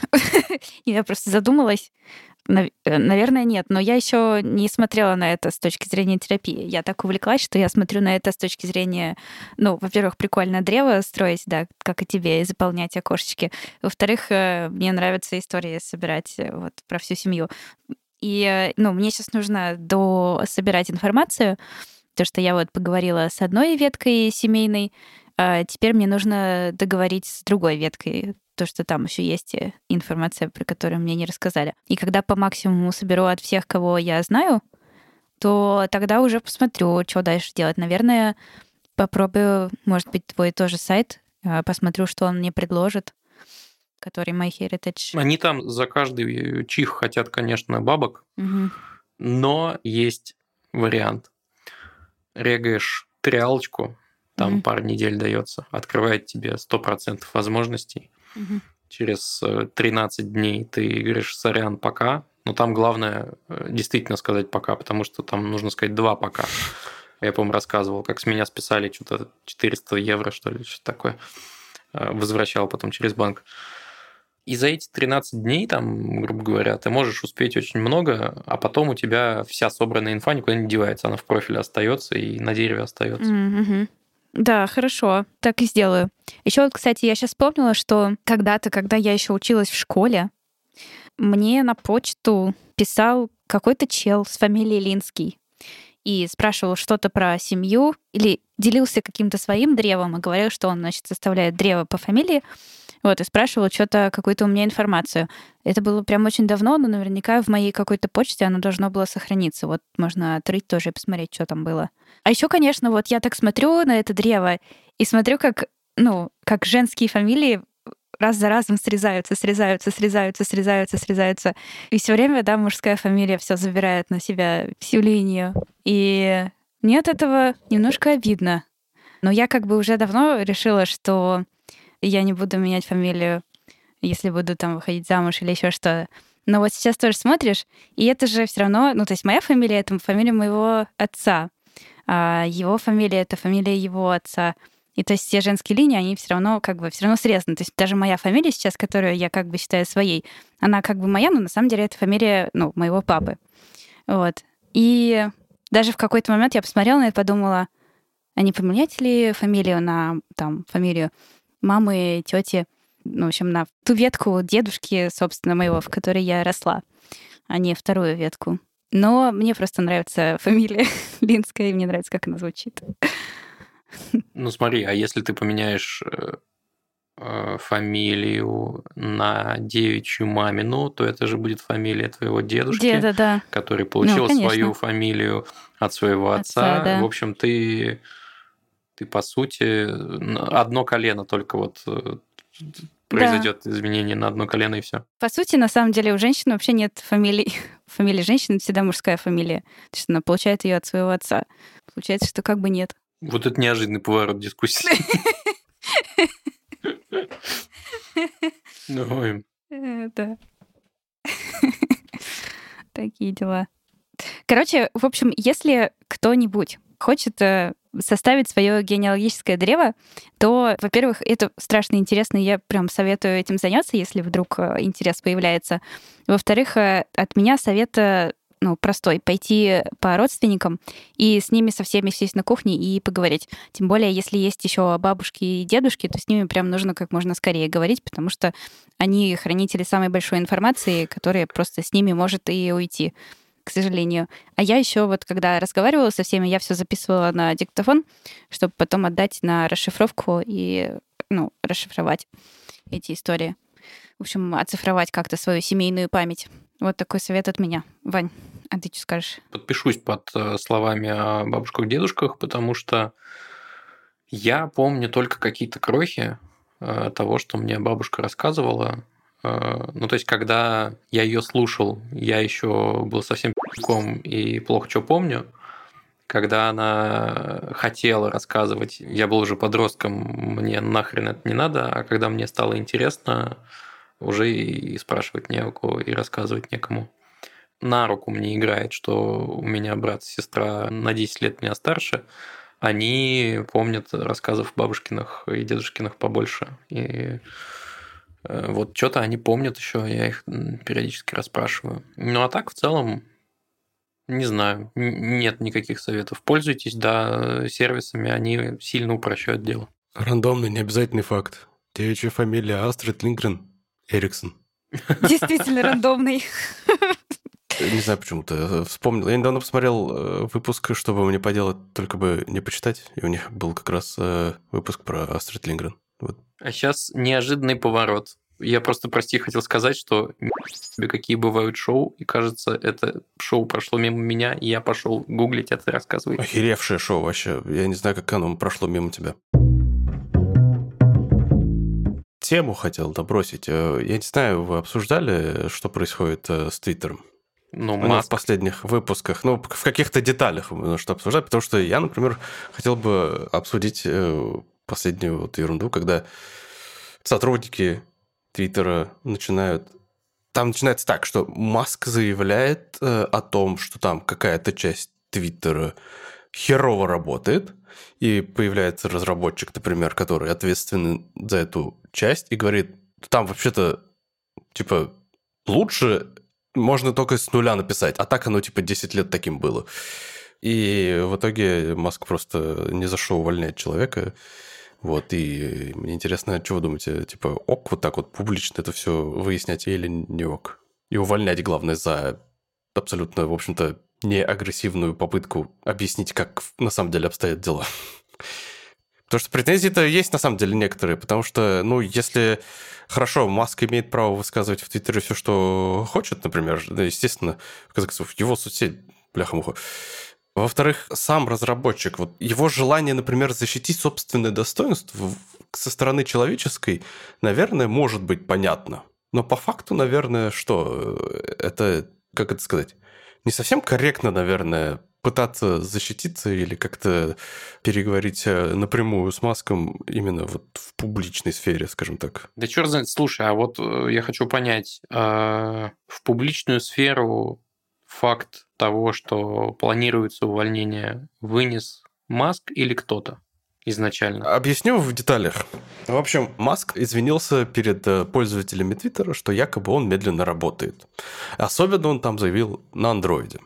Я просто задумалась. Наверное, нет, но я еще не смотрела на это с точки зрения терапии. Я так увлеклась, что я смотрю на это с точки зрения, ну, во-первых, прикольно древо строить, да, как и тебе, и заполнять окошечки. Во-вторых, мне нравятся истории собирать вот про всю семью. И, ну, мне сейчас нужно дособирать информацию, то, что я вот поговорила с одной веткой семейной, а теперь мне нужно договорить с другой веткой, то, что там еще есть информация, про которую мне не рассказали. И когда по максимуму соберу от всех, кого я знаю, то тогда уже посмотрю, что дальше делать. Наверное, попробую, может быть, твой тоже сайт, посмотрю, что он мне предложит, который MyHeritage. Они там за каждый чих хотят, конечно, бабок, угу. но есть вариант. Регаешь триалочку, там угу. пару недель дается, открывает тебе сто процентов возможностей. Угу. Через тринадцать дней ты говоришь «сорян, пока». Но там главное действительно сказать «пока», потому что там нужно сказать два «пока». Я, по-моему, рассказывал, как с меня списали что-то четыреста евро, что ли, что-то такое. Возвращал потом через банк. И за эти тринадцать дней, там, грубо говоря, ты можешь успеть очень много, а потом у тебя вся собранная инфа никуда не девается. Она в профиле остается и на дереве остается. Mm-hmm. Да, хорошо, так и сделаю. Еще вот, кстати, я сейчас вспомнила, что когда-то, когда я еще училась в школе, мне на почту писал какой-то чел с фамилией Линский и спрашивал что-то про семью или делился каким-то своим древом и говорил, что он, значит, составляет древо по фамилии, вот, и спрашивал что-то, какую-то у меня информацию. Это было прям очень давно, но наверняка в моей какой-то почте оно должно было сохраниться. Вот можно открыть тоже и посмотреть, что там было. А еще, конечно, вот я так смотрю на это древо и смотрю, как, ну, как женские фамилии раз за разом срезаются, срезаются, срезаются, срезаются, срезаются. И все время, да, мужская фамилия все забирает на себя всю линию. И мне от этого немножко обидно. Но я как бы уже давно решила, что я не буду менять фамилию, если буду там выходить замуж или еще что. Но вот сейчас тоже смотришь, и это же все равно, ну, то есть моя фамилия — это фамилия моего отца, а его фамилия — это фамилия его отца. И то есть все женские линии, они все равно как бы все равно срезаны. То есть даже моя фамилия сейчас, которую я как бы считаю своей, она как бы моя, но на самом деле это фамилия, ну, моего папы. Вот. И даже в какой-то момент я посмотрела на это и подумала, а не поменять ли фамилию на там фамилию мамы, тети, ну, в общем, на ту ветку дедушки, собственно, моего, в которой я росла, а не вторую ветку. Но мне просто нравится фамилия Линская, и мне нравится, как она звучит. Ну, смотри, а если ты поменяешь э, фамилию на девичью мамину, то это же будет фамилия твоего дедушки, Деда, да. который получил ну, свою фамилию от своего отца. отца да. В общем, ты... ты, по сути, одно колено только вот произойдет да. изменение на одно колено, и все. По сути, на самом деле, у женщины вообще нет фамилии. Фамилия женщины — это всегда мужская фамилия. То есть она получает ее от своего отца. Получается, что как бы нет. Вот это неожиданный поворот дискуссии. Ой. Да. Такие дела. Короче, в общем, если кто-нибудь хочет составить свое генеалогическое древо, то, во-первых, это страшно интересно, и я прям советую этим заняться, если вдруг интерес появляется. Во-вторых, от меня совета ну, простой, пойти по родственникам и с ними со всеми сесть на кухне и поговорить. Тем более, если есть еще бабушки и дедушки, то с ними прям нужно как можно скорее говорить, потому что они хранители самой большой информации, которая просто с ними может и уйти, к сожалению. А я еще вот, когда разговаривала со всеми, я все записывала на диктофон, чтобы потом отдать на расшифровку и, ну, расшифровать эти истории. В общем, оцифровать как-то свою семейную память. Вот такой совет от меня. Вань, а ты что скажешь? Подпишусь под словами о бабушках-дедушках, потому что я помню только какие-то крохи того, что мне бабушка рассказывала. Ну, то есть, когда я ее слушал, я еще был совсем пи***ком и плохо что помню. Когда она хотела рассказывать, я был уже подростком, мне нахрен это не надо, а когда мне стало интересно, уже и спрашивать не у кого, и рассказывать некому. На руку мне играет, что у меня брат и сестра на десять лет меня старше, они помнят рассказов бабушкиных и дедушкиных побольше. И вот что-то они помнят еще, я их периодически расспрашиваю. Ну а так в целом, не знаю, нет никаких советов. Пользуйтесь, да, сервисами, они сильно упрощают дело. Рандомный, необязательный факт. Девичья фамилия Астрид Линдгрен Эриксон. Действительно рандомный. Не знаю, почему-то вспомнил. Я недавно посмотрел выпуск, чтобы мне поделать, только бы не почитать. И у них был как раз выпуск про Астрид Линдгрен. Вот. А сейчас неожиданный поворот. Я просто, прости, хотел сказать, что какие бывают шоу, и кажется, это шоу прошло мимо меня, и я пошел гуглить, а ты рассказывай. Охеревшее шоу вообще. Я не знаю, как оно прошло мимо тебя. Тему хотел набросить. Я не знаю, вы обсуждали, что происходит с Твиттером? Ну, Маск. В последних выпусках, ну, в каких-то деталях что обсуждать, потому что я, например, хотел бы обсудить последнюю вот ерунду, когда сотрудники Твиттера начинают... Там начинается так, что Маск заявляет о том, что там какая-то часть Твиттера херово работает, и появляется разработчик, например, который ответственен за эту часть, и говорит, там вообще-то, типа, лучше... Можно только с нуля написать, а так оно типа десять лет таким было. И в итоге Маск просто не за что увольняет человека. Вот, и мне интересно, что вы думаете, типа, ок, вот так вот публично это все выяснять или не ок? И увольнять, главное, за абсолютно, в общем-то, не агрессивную попытку объяснить, как на самом деле обстоят дела. Потому что претензии-то есть на самом деле некоторые, потому что, ну, если... Хорошо, Маск имеет право высказывать в Твиттере все, что хочет, например, да, естественно, в конце концов, его соцсеть, бляха-муха. Во-вторых, сам разработчик, вот его желание, например, защитить собственное достоинство со стороны человеческой, наверное, может быть понятно. Но по факту, наверное, что? Это, как это сказать, не совсем корректно, наверное, пытаться защититься или как-то переговорить напрямую с Маском именно вот в публичной сфере, скажем так. Да черт знает, слушай, а вот я хочу понять, в публичную сферу факт того, что планируется увольнение, вынес Маск или кто-то изначально? Объясню в деталях. В общем, Маск извинился перед пользователями Твиттера, что якобы он медленно работает. Особенно он там заявил на андроиде.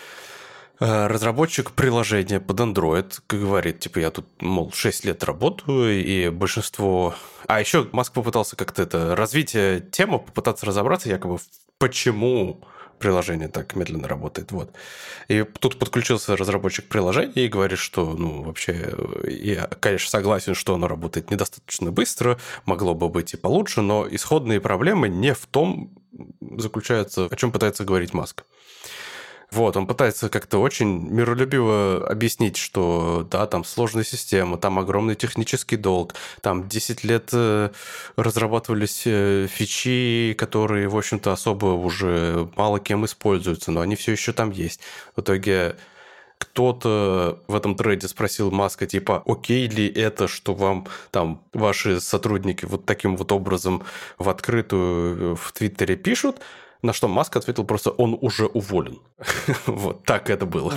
Разработчик приложения под Android говорит, типа, я тут, мол, шесть лет работаю, и большинство... А еще Маск попытался как-то это развить тему, попытаться разобраться, якобы, почему приложение так медленно работает. Вот. И тут подключился разработчик приложения и говорит, что, ну, вообще, я, конечно, согласен, что оно работает недостаточно быстро, могло бы быть и получше, но исходные проблемы не в том заключаются, о чем пытается говорить Маск. Вот, он пытается как-то очень миролюбиво объяснить, что да, там сложная система, там огромный технический долг, там десять лет разрабатывались фичи, которые, в общем-то, особо уже мало кем используются, но они все еще там есть. В итоге кто-то в этом трейде спросил Маска, типа, окей ли это, что вам там ваши сотрудники вот таким вот образом в открытую в Твиттере пишут? На что Маск ответил просто, он уже уволен. Вот так это было.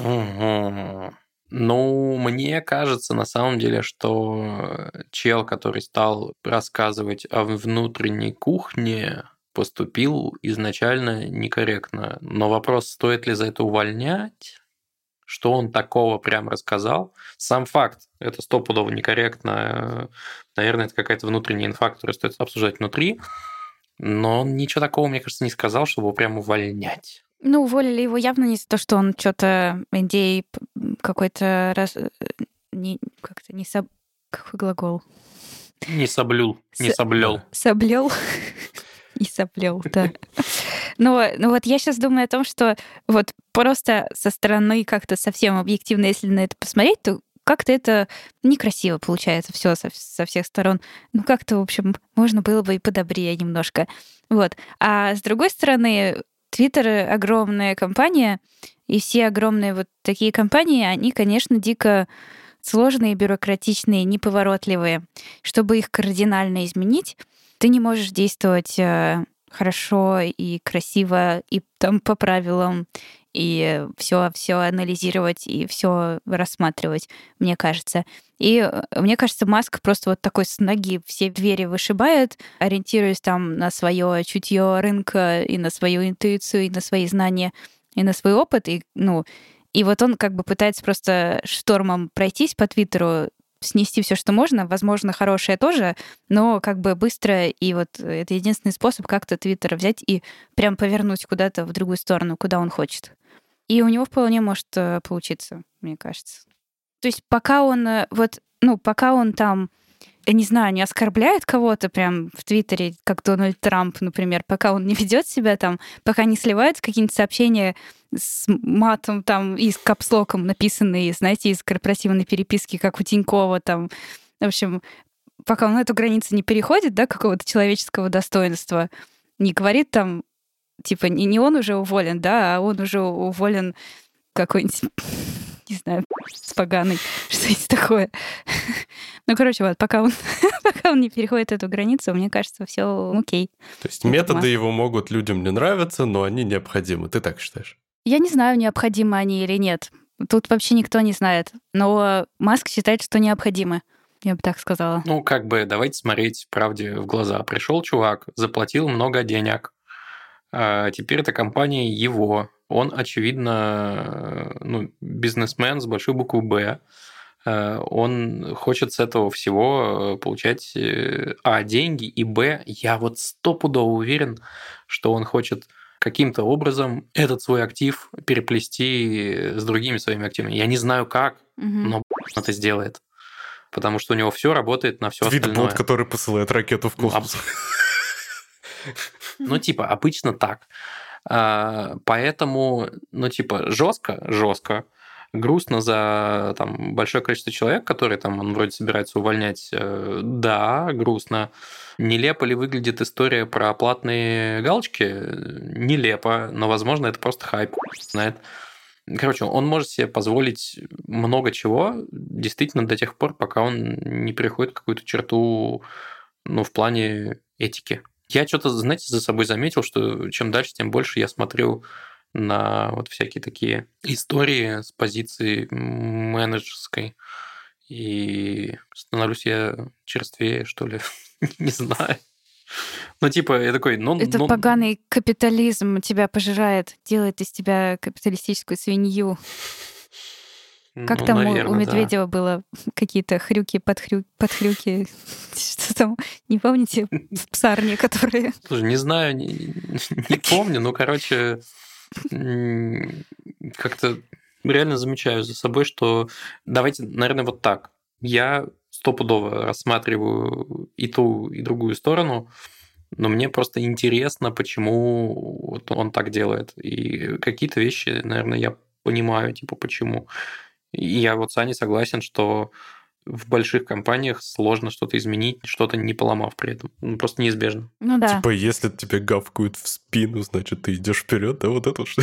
Ну, мне кажется, на самом деле, что чел, который стал рассказывать о внутренней кухне поступил изначально некорректно. Но вопрос, стоит ли за это увольнять, что он такого прям рассказал. Сам факт, это стопудово некорректно. Наверное, это какая-то внутренняя инфа, которую стоит обсуждать внутри. Но он ничего такого, мне кажется, не сказал, чтобы его прям увольнять. Ну, уволили его явно не за то, что он что-то идеи какой-то раз... Не, как-то не соб... Какой глагол? Не соблюл, не С... соблел. Соблел. И соплел, да. Но ну вот я сейчас думаю о том, что вот просто со стороны как-то совсем объективно, если на это посмотреть, то как-то это некрасиво получается все со, со всех сторон. Ну как-то, в общем, можно было бы и подобрее немножко. Вот. А с другой стороны, Твиттер — огромная компания, и все огромные вот такие компании, они, конечно, дико сложные, бюрократичные, неповоротливые. Чтобы их кардинально изменить, ты не можешь действовать хорошо и красиво, и там по правилам, и все, все анализировать, и все рассматривать, мне кажется. И мне кажется, Маск просто вот такой с ноги все двери вышибает, ориентируясь там на свое чутье рынка и на свою интуицию, и на свои знания, и на свой опыт. И, ну, и вот он как бы пытается просто штормом пройтись по Твиттеру, снести все, что можно, возможно, хорошее тоже, но как бы быстро, и вот это единственный способ как-то Твиттер взять и прям повернуть куда-то в другую сторону, куда он хочет. И у него вполне может получиться, мне кажется. То есть пока он вот, ну, пока он там, я не знаю, не оскорбляет кого-то прям в Твиттере, как Дональд Трамп, например, пока он не ведет себя там, пока не сливает какие-нибудь сообщения с матом там и с капслоком написанные, знаете, из корпоративной переписки, как у Тинькова там. В общем, пока он эту границу не переходит, да, какого-то человеческого достоинства, не говорит там, типа, не, не он уже уволен, да, а он уже уволен какой-нибудь, не знаю, с поганой, что-нибудь такое. Ну, короче, вот, пока он, пока он не переходит эту границу, мне кажется, все окей. То есть методы его могут людям не нравиться, но они необходимы. Ты так считаешь? Я не знаю, необходимы они или нет. Тут вообще никто не знает. Но Маск считает, что необходимы. Я бы так сказала. Ну, как бы, давайте смотреть правде в глаза. Пришел чувак, заплатил много денег. А теперь эта компания его. Он, очевидно, ну, бизнесмен с большой буквы «Б». Он хочет с этого всего получать, а, деньги, и, б, я вот стопудово уверен, что он хочет каким-то образом этот свой актив переплести с другими своими активами. Я не знаю как, угу. но он это сделает. Потому что у него все работает на все остальное. Твитбот, который посылает ракету в космос. Ну, типа, обычно так. Поэтому, ну, типа, жестко, жестко. Грустно за там большое количество человек, которые там он вроде собирается увольнять. Да, грустно. Нелепо ли выглядит история про платные галочки? Нелепо, но, возможно, это просто хайп. Знает. Короче, он может себе позволить много чего, действительно, до тех пор, пока он не переходит какую-то черту, ну, в плане этики. Я что-то, знаете, за собой заметил, что чем дальше, тем больше я смотрю на вот всякие такие истории с позиции менеджерской. И становлюсь я черствее, что ли. Не знаю. Ну, типа, я такой... ну, Это ну... поганый капитализм тебя пожирает, делает из тебя капиталистическую свинью. Как ну, там наверное, у, у Медведева да. было какие-то хрюки, подхрю... подхрюки, что там, не помните, в псарне, которые... Слушай, не знаю, не, не помню, но, короче, как-то реально замечаю за собой, что давайте, наверное, вот так. Я стопудово рассматриваю и ту, и другую сторону, но мне просто интересно, почему вот он так делает. И какие-то вещи, наверное, я понимаю, типа, почему. И я вот с Аней согласен, что в больших компаниях сложно что-то изменить, что-то не поломав при этом. Ну, просто неизбежно. Ну да. Типа, если тебе гавкают в спину, значит, ты идешь вперед, да, вот это что?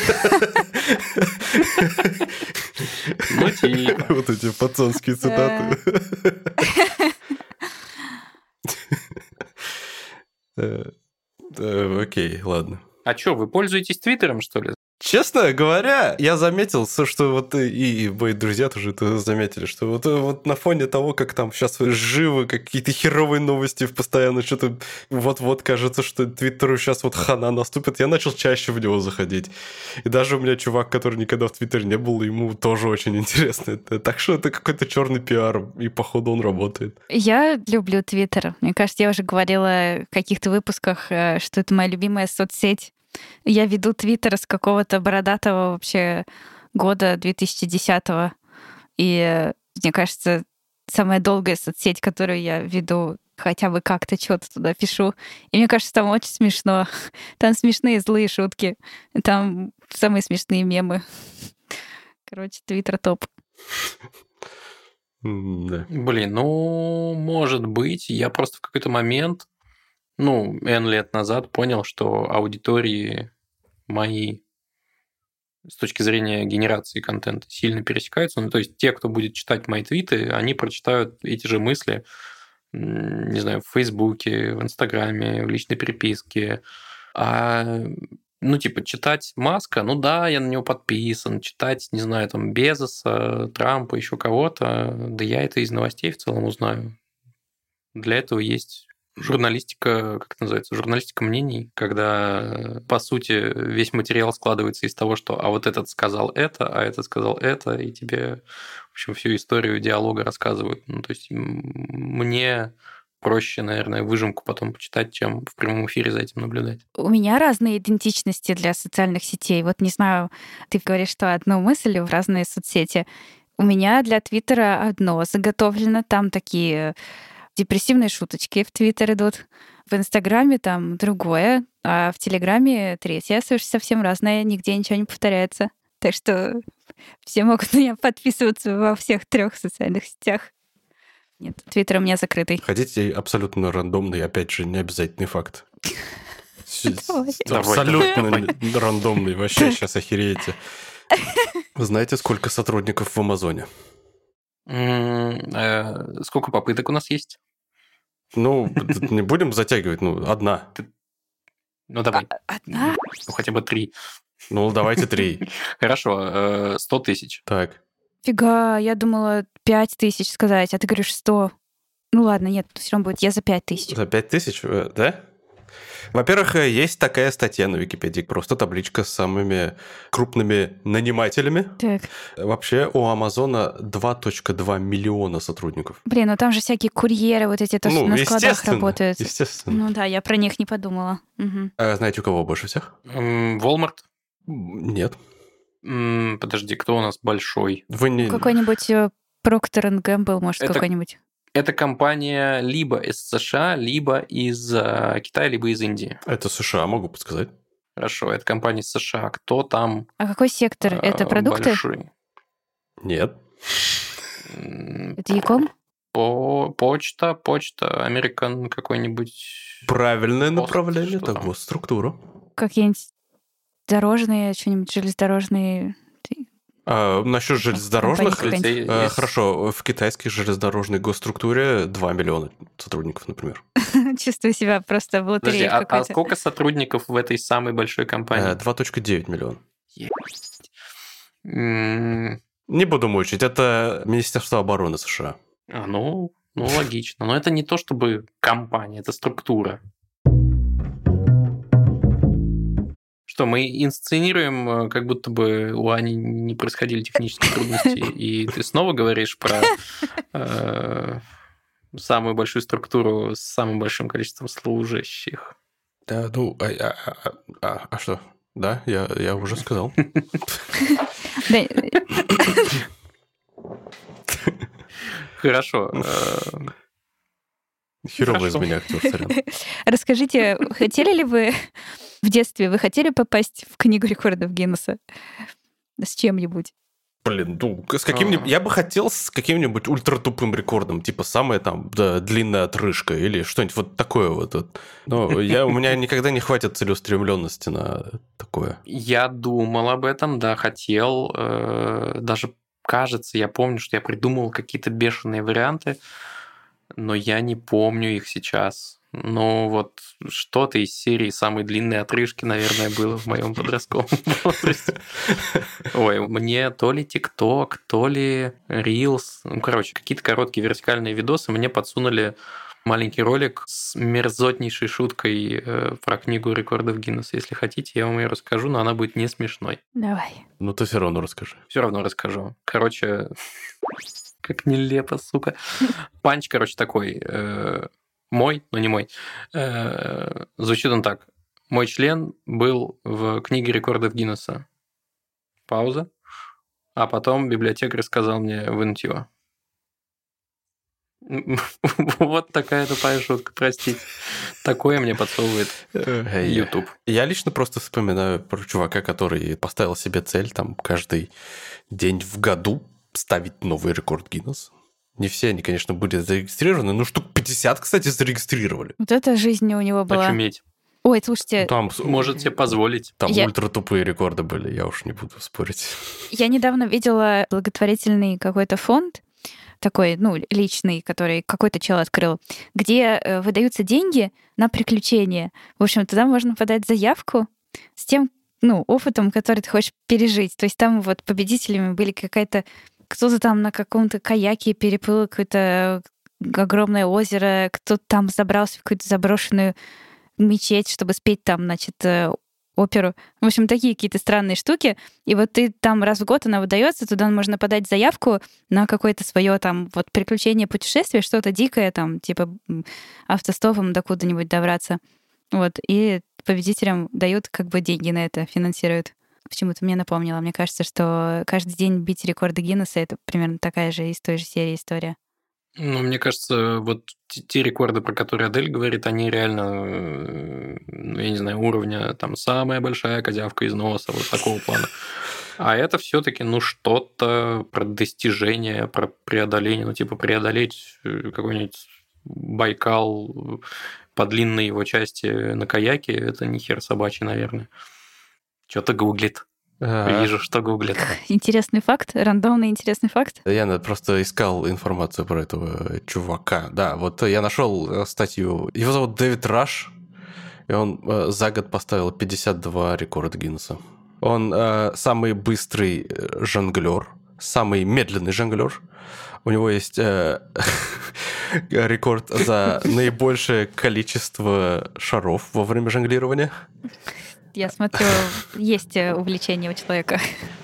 Ну, типа. Вот эти пацанские цитаты. Окей, ладно. А что, вы пользуетесь Твиттером, что ли? Честно говоря, я заметил, что вот и, и мои друзья тоже это заметили, что вот, вот на фоне того, как там сейчас живы какие-то херовые новости постоянно, что-то вот-вот кажется, что Твиттеру сейчас вот хана наступит, я начал чаще в него заходить. И даже у меня чувак, который никогда в Твиттере не был, ему тоже очень интересно. Так что это какой-то черный пиар, и походу он работает. Я люблю Твиттер. Мне кажется, я уже говорила в каких-то выпусках, что это моя любимая соцсеть. Я веду Твиттер с какого-то бородатого вообще года две тысячи десятого. И мне кажется, самая долгая соцсеть, которую я веду, хотя бы как-то что-то туда пишу. И мне кажется, там очень смешно. Там смешные злые шутки. Там самые смешные мемы. Короче, Твиттер топ. Да. Блин, ну, может быть. Я просто в какой-то момент, ну, N лет назад понял, что аудитории мои с точки зрения генерации контента сильно пересекаются. Ну, то есть те, кто будет читать мои твиты, они прочитают эти же мысли, не знаю, в Фейсбуке, в Инстаграме, в личной переписке. А, ну, типа, читать Маска, ну да, я на него подписан. Читать, не знаю, там, Безоса, Трампа, еще кого-то, да я это из новостей в целом узнаю. Для этого есть журналистика, как это называется, журналистика мнений, когда, по сути, весь материал складывается из того, что а вот этот сказал это, а этот сказал это, и тебе, в общем, всю историю диалога рассказывают. Ну, то есть мне проще, наверное, выжимку потом почитать, чем в прямом эфире за этим наблюдать. У меня разные идентичности для социальных сетей. Вот не знаю, ты говоришь, что одну мысль в разные соцсети. У меня для Твиттера одно заготовлено, там такие депрессивные шуточки в Твиттер идут. В Инстаграме там другое, а в Телеграме третье, совсем разное, нигде ничего не повторяется. Так что все могут на меня подписываться во всех трех социальных сетях. Нет, Твиттер у меня закрытый. Хотите абсолютно рандомный, опять же, не обязательный факт. Давай. Абсолютно рандомный, вообще сейчас охереете. Вы знаете, сколько сотрудников в Амазоне? Сколько попыток у нас есть? Ну, не будем затягивать, ну, одна. Ну, давай. Одна? Ну, хотя бы три. Ну, давайте три. Хорошо, сто тысяч. Так. Фига, я думала пять тысяч сказать, а ты говоришь сто. Ну ладно, нет, все равно будет, я за пять тысяч. За пять тысяч, да? Во-первых, есть такая статья на Википедии, просто табличка с самыми крупными нанимателями. Так. Вообще у Амазона два целых два миллиона сотрудников. Блин, ну там же всякие курьеры вот эти тоже ну, на складах естественно, работают. Естественно. Ну да, я про них не подумала. Угу. А знаете, у кого больше всех? Walmart? Нет. Подожди, кто у нас большой? Вы не... Какой-нибудь Procter энд Gamble, может, Это... какой-нибудь. Это компания либо из США, либо из Китая, либо из Индии. Это США, могу подсказать. Хорошо, это компания из США. Кто там? А какой сектор? Это продукты? Большой? Нет. Это Яком? По почта, почта, American какой-нибудь. Правильное Пост, направление, что это там? госструктура. Какие-нибудь дорожные, что-нибудь железнодорожные... А, насчет железнодорожных, Компания а, хорошо, в китайской железнодорожной госструктуре два миллиона сотрудников, например. Чувствую себя просто в Подожди, лотерее а, а какой-то. сколько сотрудников в этой самой большой компании? два целых девять миллиона. М, Не буду мучить, это Министерство обороны США. А, ну, ну, логично. Но это не то чтобы компания, это структура. Что, мы инсценируем, как будто бы у Ани не происходили технические трудности, и ты снова говоришь про э, самую большую структуру с самым большим количеством служащих. Да, ну, а, а, а, а, а что? Да, я, я уже сказал. Да, Хорошо. Херовый из Хорошо. меня актер, сорян. расскажите, хотели ли вы в детстве, вы хотели попасть в книгу рекордов Гиннесса с чем-нибудь? Блин, ну, с каким-нибудь... А. Я бы хотел с каким-нибудь ультратупым рекордом, типа самая там да, длинная отрыжка или что-нибудь вот такое вот. вот. Но я, у меня никогда не хватит целеустремленности на такое. Я думал об этом, да, хотел. э, Даже, кажется, я помню, что я придумывал какие-то бешеные варианты, но я не помню их сейчас. Ну, вот что-то из серии самой длинной отрыжки, наверное, было в моем подростковом возрасте. Ой, мне то ли ТикТок, то ли Reels, ну, короче, какие-то короткие вертикальные видосы мне подсунули маленький ролик с мерзотнейшей шуткой э, про книгу рекордов Гиннесса. Если хотите, я вам ее расскажу, но она будет не смешной. Давай. Ну, ты все равно расскажи. Все равно расскажу. Короче, как нелепо, сука. Панч, короче, такой... Э, мой, но не мой. Э, звучит он так. Мой член был в книге рекордов Гиннесса. Пауза. А потом библиотекарь сказал мне вынуть его. Вот такая тупая шутка, простите. Такое мне подсовывает YouTube. Я лично просто вспоминаю про чувака, который поставил себе цель там каждый день в году ставить новый рекорд Гиннесса. Не все они, конечно, были зарегистрированы, но штук пятьдесят, кстати, зарегистрировали. Вот эта жизнь у него была. Очуметь. Ой, слушайте... Там, может себе позволить. Там я... ультра тупые рекорды были, я уж не буду спорить. Я недавно видела благотворительный какой-то фонд, такой, ну, личный, который какой-то чел открыл, где э, выдаются деньги на приключения. В общем, туда можно подать заявку с тем, ну, опытом, который ты хочешь пережить. То есть там вот победителями были какая-то... Кто-то там на каком-то каяке переплыл какое-то огромное озеро, кто-то там забрался в какую-то заброшенную мечеть, чтобы спеть там, значит, оперу. В общем, такие какие-то странные штуки. И вот ты там раз в год она выдается, туда можно подать заявку на какое-то свое там вот приключение, путешествие, что-то дикое, там, типа автостопом до куда-нибудь добраться. Вот. И победителям дают как бы деньги на это, финансируют. Почему-то мне напомнило. Мне кажется, что каждый день бить рекорды Гиннесса — это примерно такая же из той же серии история. Ну, мне кажется, вот те рекорды, про которые Адель говорит, они реально, ну, я не знаю, уровня там самая большая козявка из носа, вот такого плана. А это все-таки, ну, что-то про достижение, про преодоление, ну, типа преодолеть какой-нибудь Байкал по длинной его части на каяке, это не хер собачий, наверное. Что-то гуглит. А-а-а. Вижу, что гуглит. Интересный факт, рандомный интересный факт. Я просто искал информацию про этого чувака. Да, вот я нашел статью. Его зовут Дэвид Раш, и он за год поставил пятьдесят два рекорда Гиннесса. Он э, самый быстрый жонглер, самый медленный жонглер. У него есть э, рекорд за наибольшее количество шаров во время жонглирования. Я смотрю, есть увлечение у человека.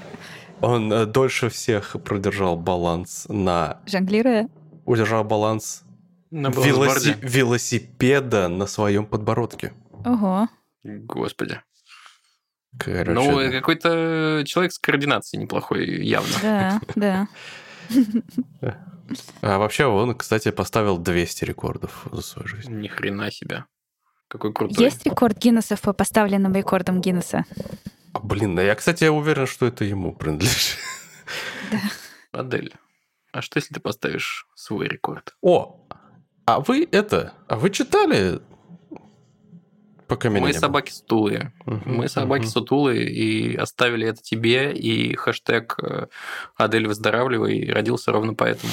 Он дольше всех продержал баланс на... Жонглируя? Удержал баланс на велоси... велосипеда на своем подбородке. Ого. Господи. Короче, ну, да. какой-то человек с координацией неплохой, явно. Да, да. А вообще он, кстати, поставил двести рекордов за свою жизнь. Ни хрена себе. Какой крутой. Есть рекорд Гиннесса по поставленным рекордам Гиннесса? А, блин, я, кстати, я уверен, что это ему принадлежит. Да. Адель, а что, если ты поставишь свой рекорд? О, а вы это... А вы читали... Пока меня Мы не было? собаки сутулые. Угу, Мы собаки угу. сутулые и оставили это тебе, и хэштег Адель выздоравливай родился ровно поэтому.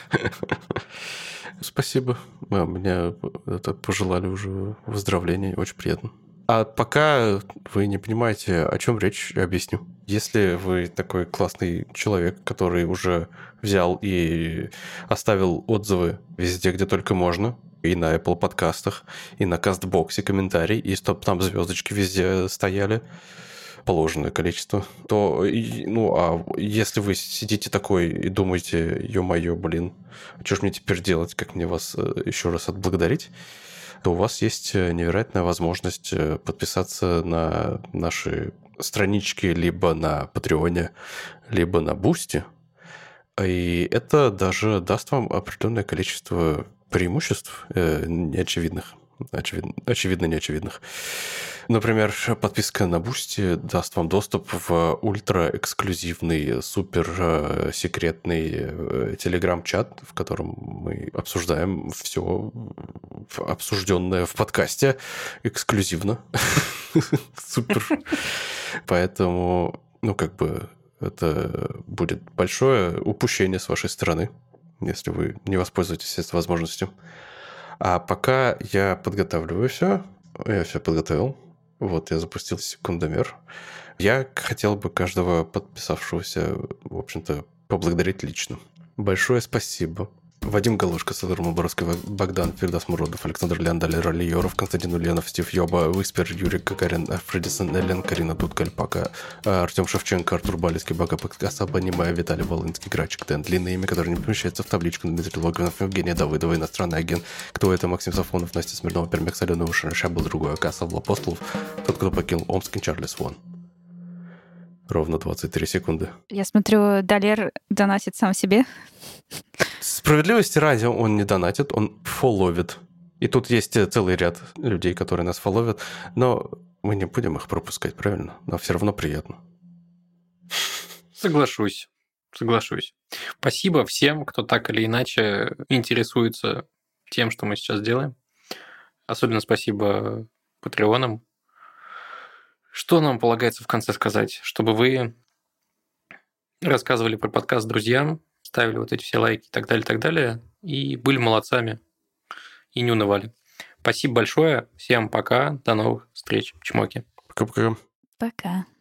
Спасибо. А, мне это пожелали уже выздоровления. Очень приятно. А пока вы не понимаете, о чем речь, объясню. Если вы такой классный человек, который уже взял и оставил отзывы везде, где только можно, и на Apple подкастах, и на Кастбоксе комментарий, и чтобы там звездочки везде стояли, положенное количество, то, ну, а если вы сидите такой и думаете, ё-моё, блин, что ж мне теперь делать, как мне вас еще раз отблагодарить, то у вас есть невероятная возможность подписаться на наши странички либо на Патреоне, либо на Бусти, и это даже даст вам определенное количество преимуществ э, неочевидных, очевидно, очевидно неочевидных. Например, подписка на Boosty даст вам доступ в ультра-эксклюзивный, супер-секретный телеграм-чат, в котором мы обсуждаем все обсужденное в подкасте эксклюзивно. Супер. Поэтому, ну, как бы, это будет большое упущение с вашей стороны, если вы не воспользуетесь этой возможностью. А пока я подготавливаю все, я все подготовил. Вот, я запустил секундомер. Я хотел бы каждого подписавшегося, в общем-то, поблагодарить лично. Большое спасибо. Вадим Галушка, Садор Муборовский, Богдан, Фердас Муродов, Александр Леондаль, Роли Йоров, Константин Ульянов, Стив Йоба, Виспер, Юрий Гагарин, Фредисон, Эллен, Карина Дудка, Альпака, Артем Шевченко, Артур Балицкий, Бага, Подкасаба, Немая, Виталий Волынский, Грачик, Тен, длинное имя, которое не помещается в табличку, Дмитрий Логвинов, Евгения Давыдова, иностранный агент. Кто это? Максим Сафонов, Настя Смирнова, Пермяк, Соленый Шаша, был другой, Акасов, Апостолов, тот, кто покинул Омск, Чарли Свон. Ровно двадцать три секунды. Я смотрю, Далер донатит сам себе. Справедливости ради, он не донатит, он фолловит. И тут есть целый ряд людей, которые нас фолловят, но мы не будем их пропускать, правильно? Но все равно приятно. Соглашусь. Соглашусь. Спасибо всем, кто так или иначе интересуется тем, что мы сейчас делаем. Особенно спасибо патреонам. Что нам полагается в конце сказать? Чтобы вы рассказывали про подкаст друзьям, ставили вот эти все лайки и так далее, и так далее, и были молодцами, и не унывали. Спасибо большое. Всем пока. До новых встреч. Чмоки. Пока-пока. Пока.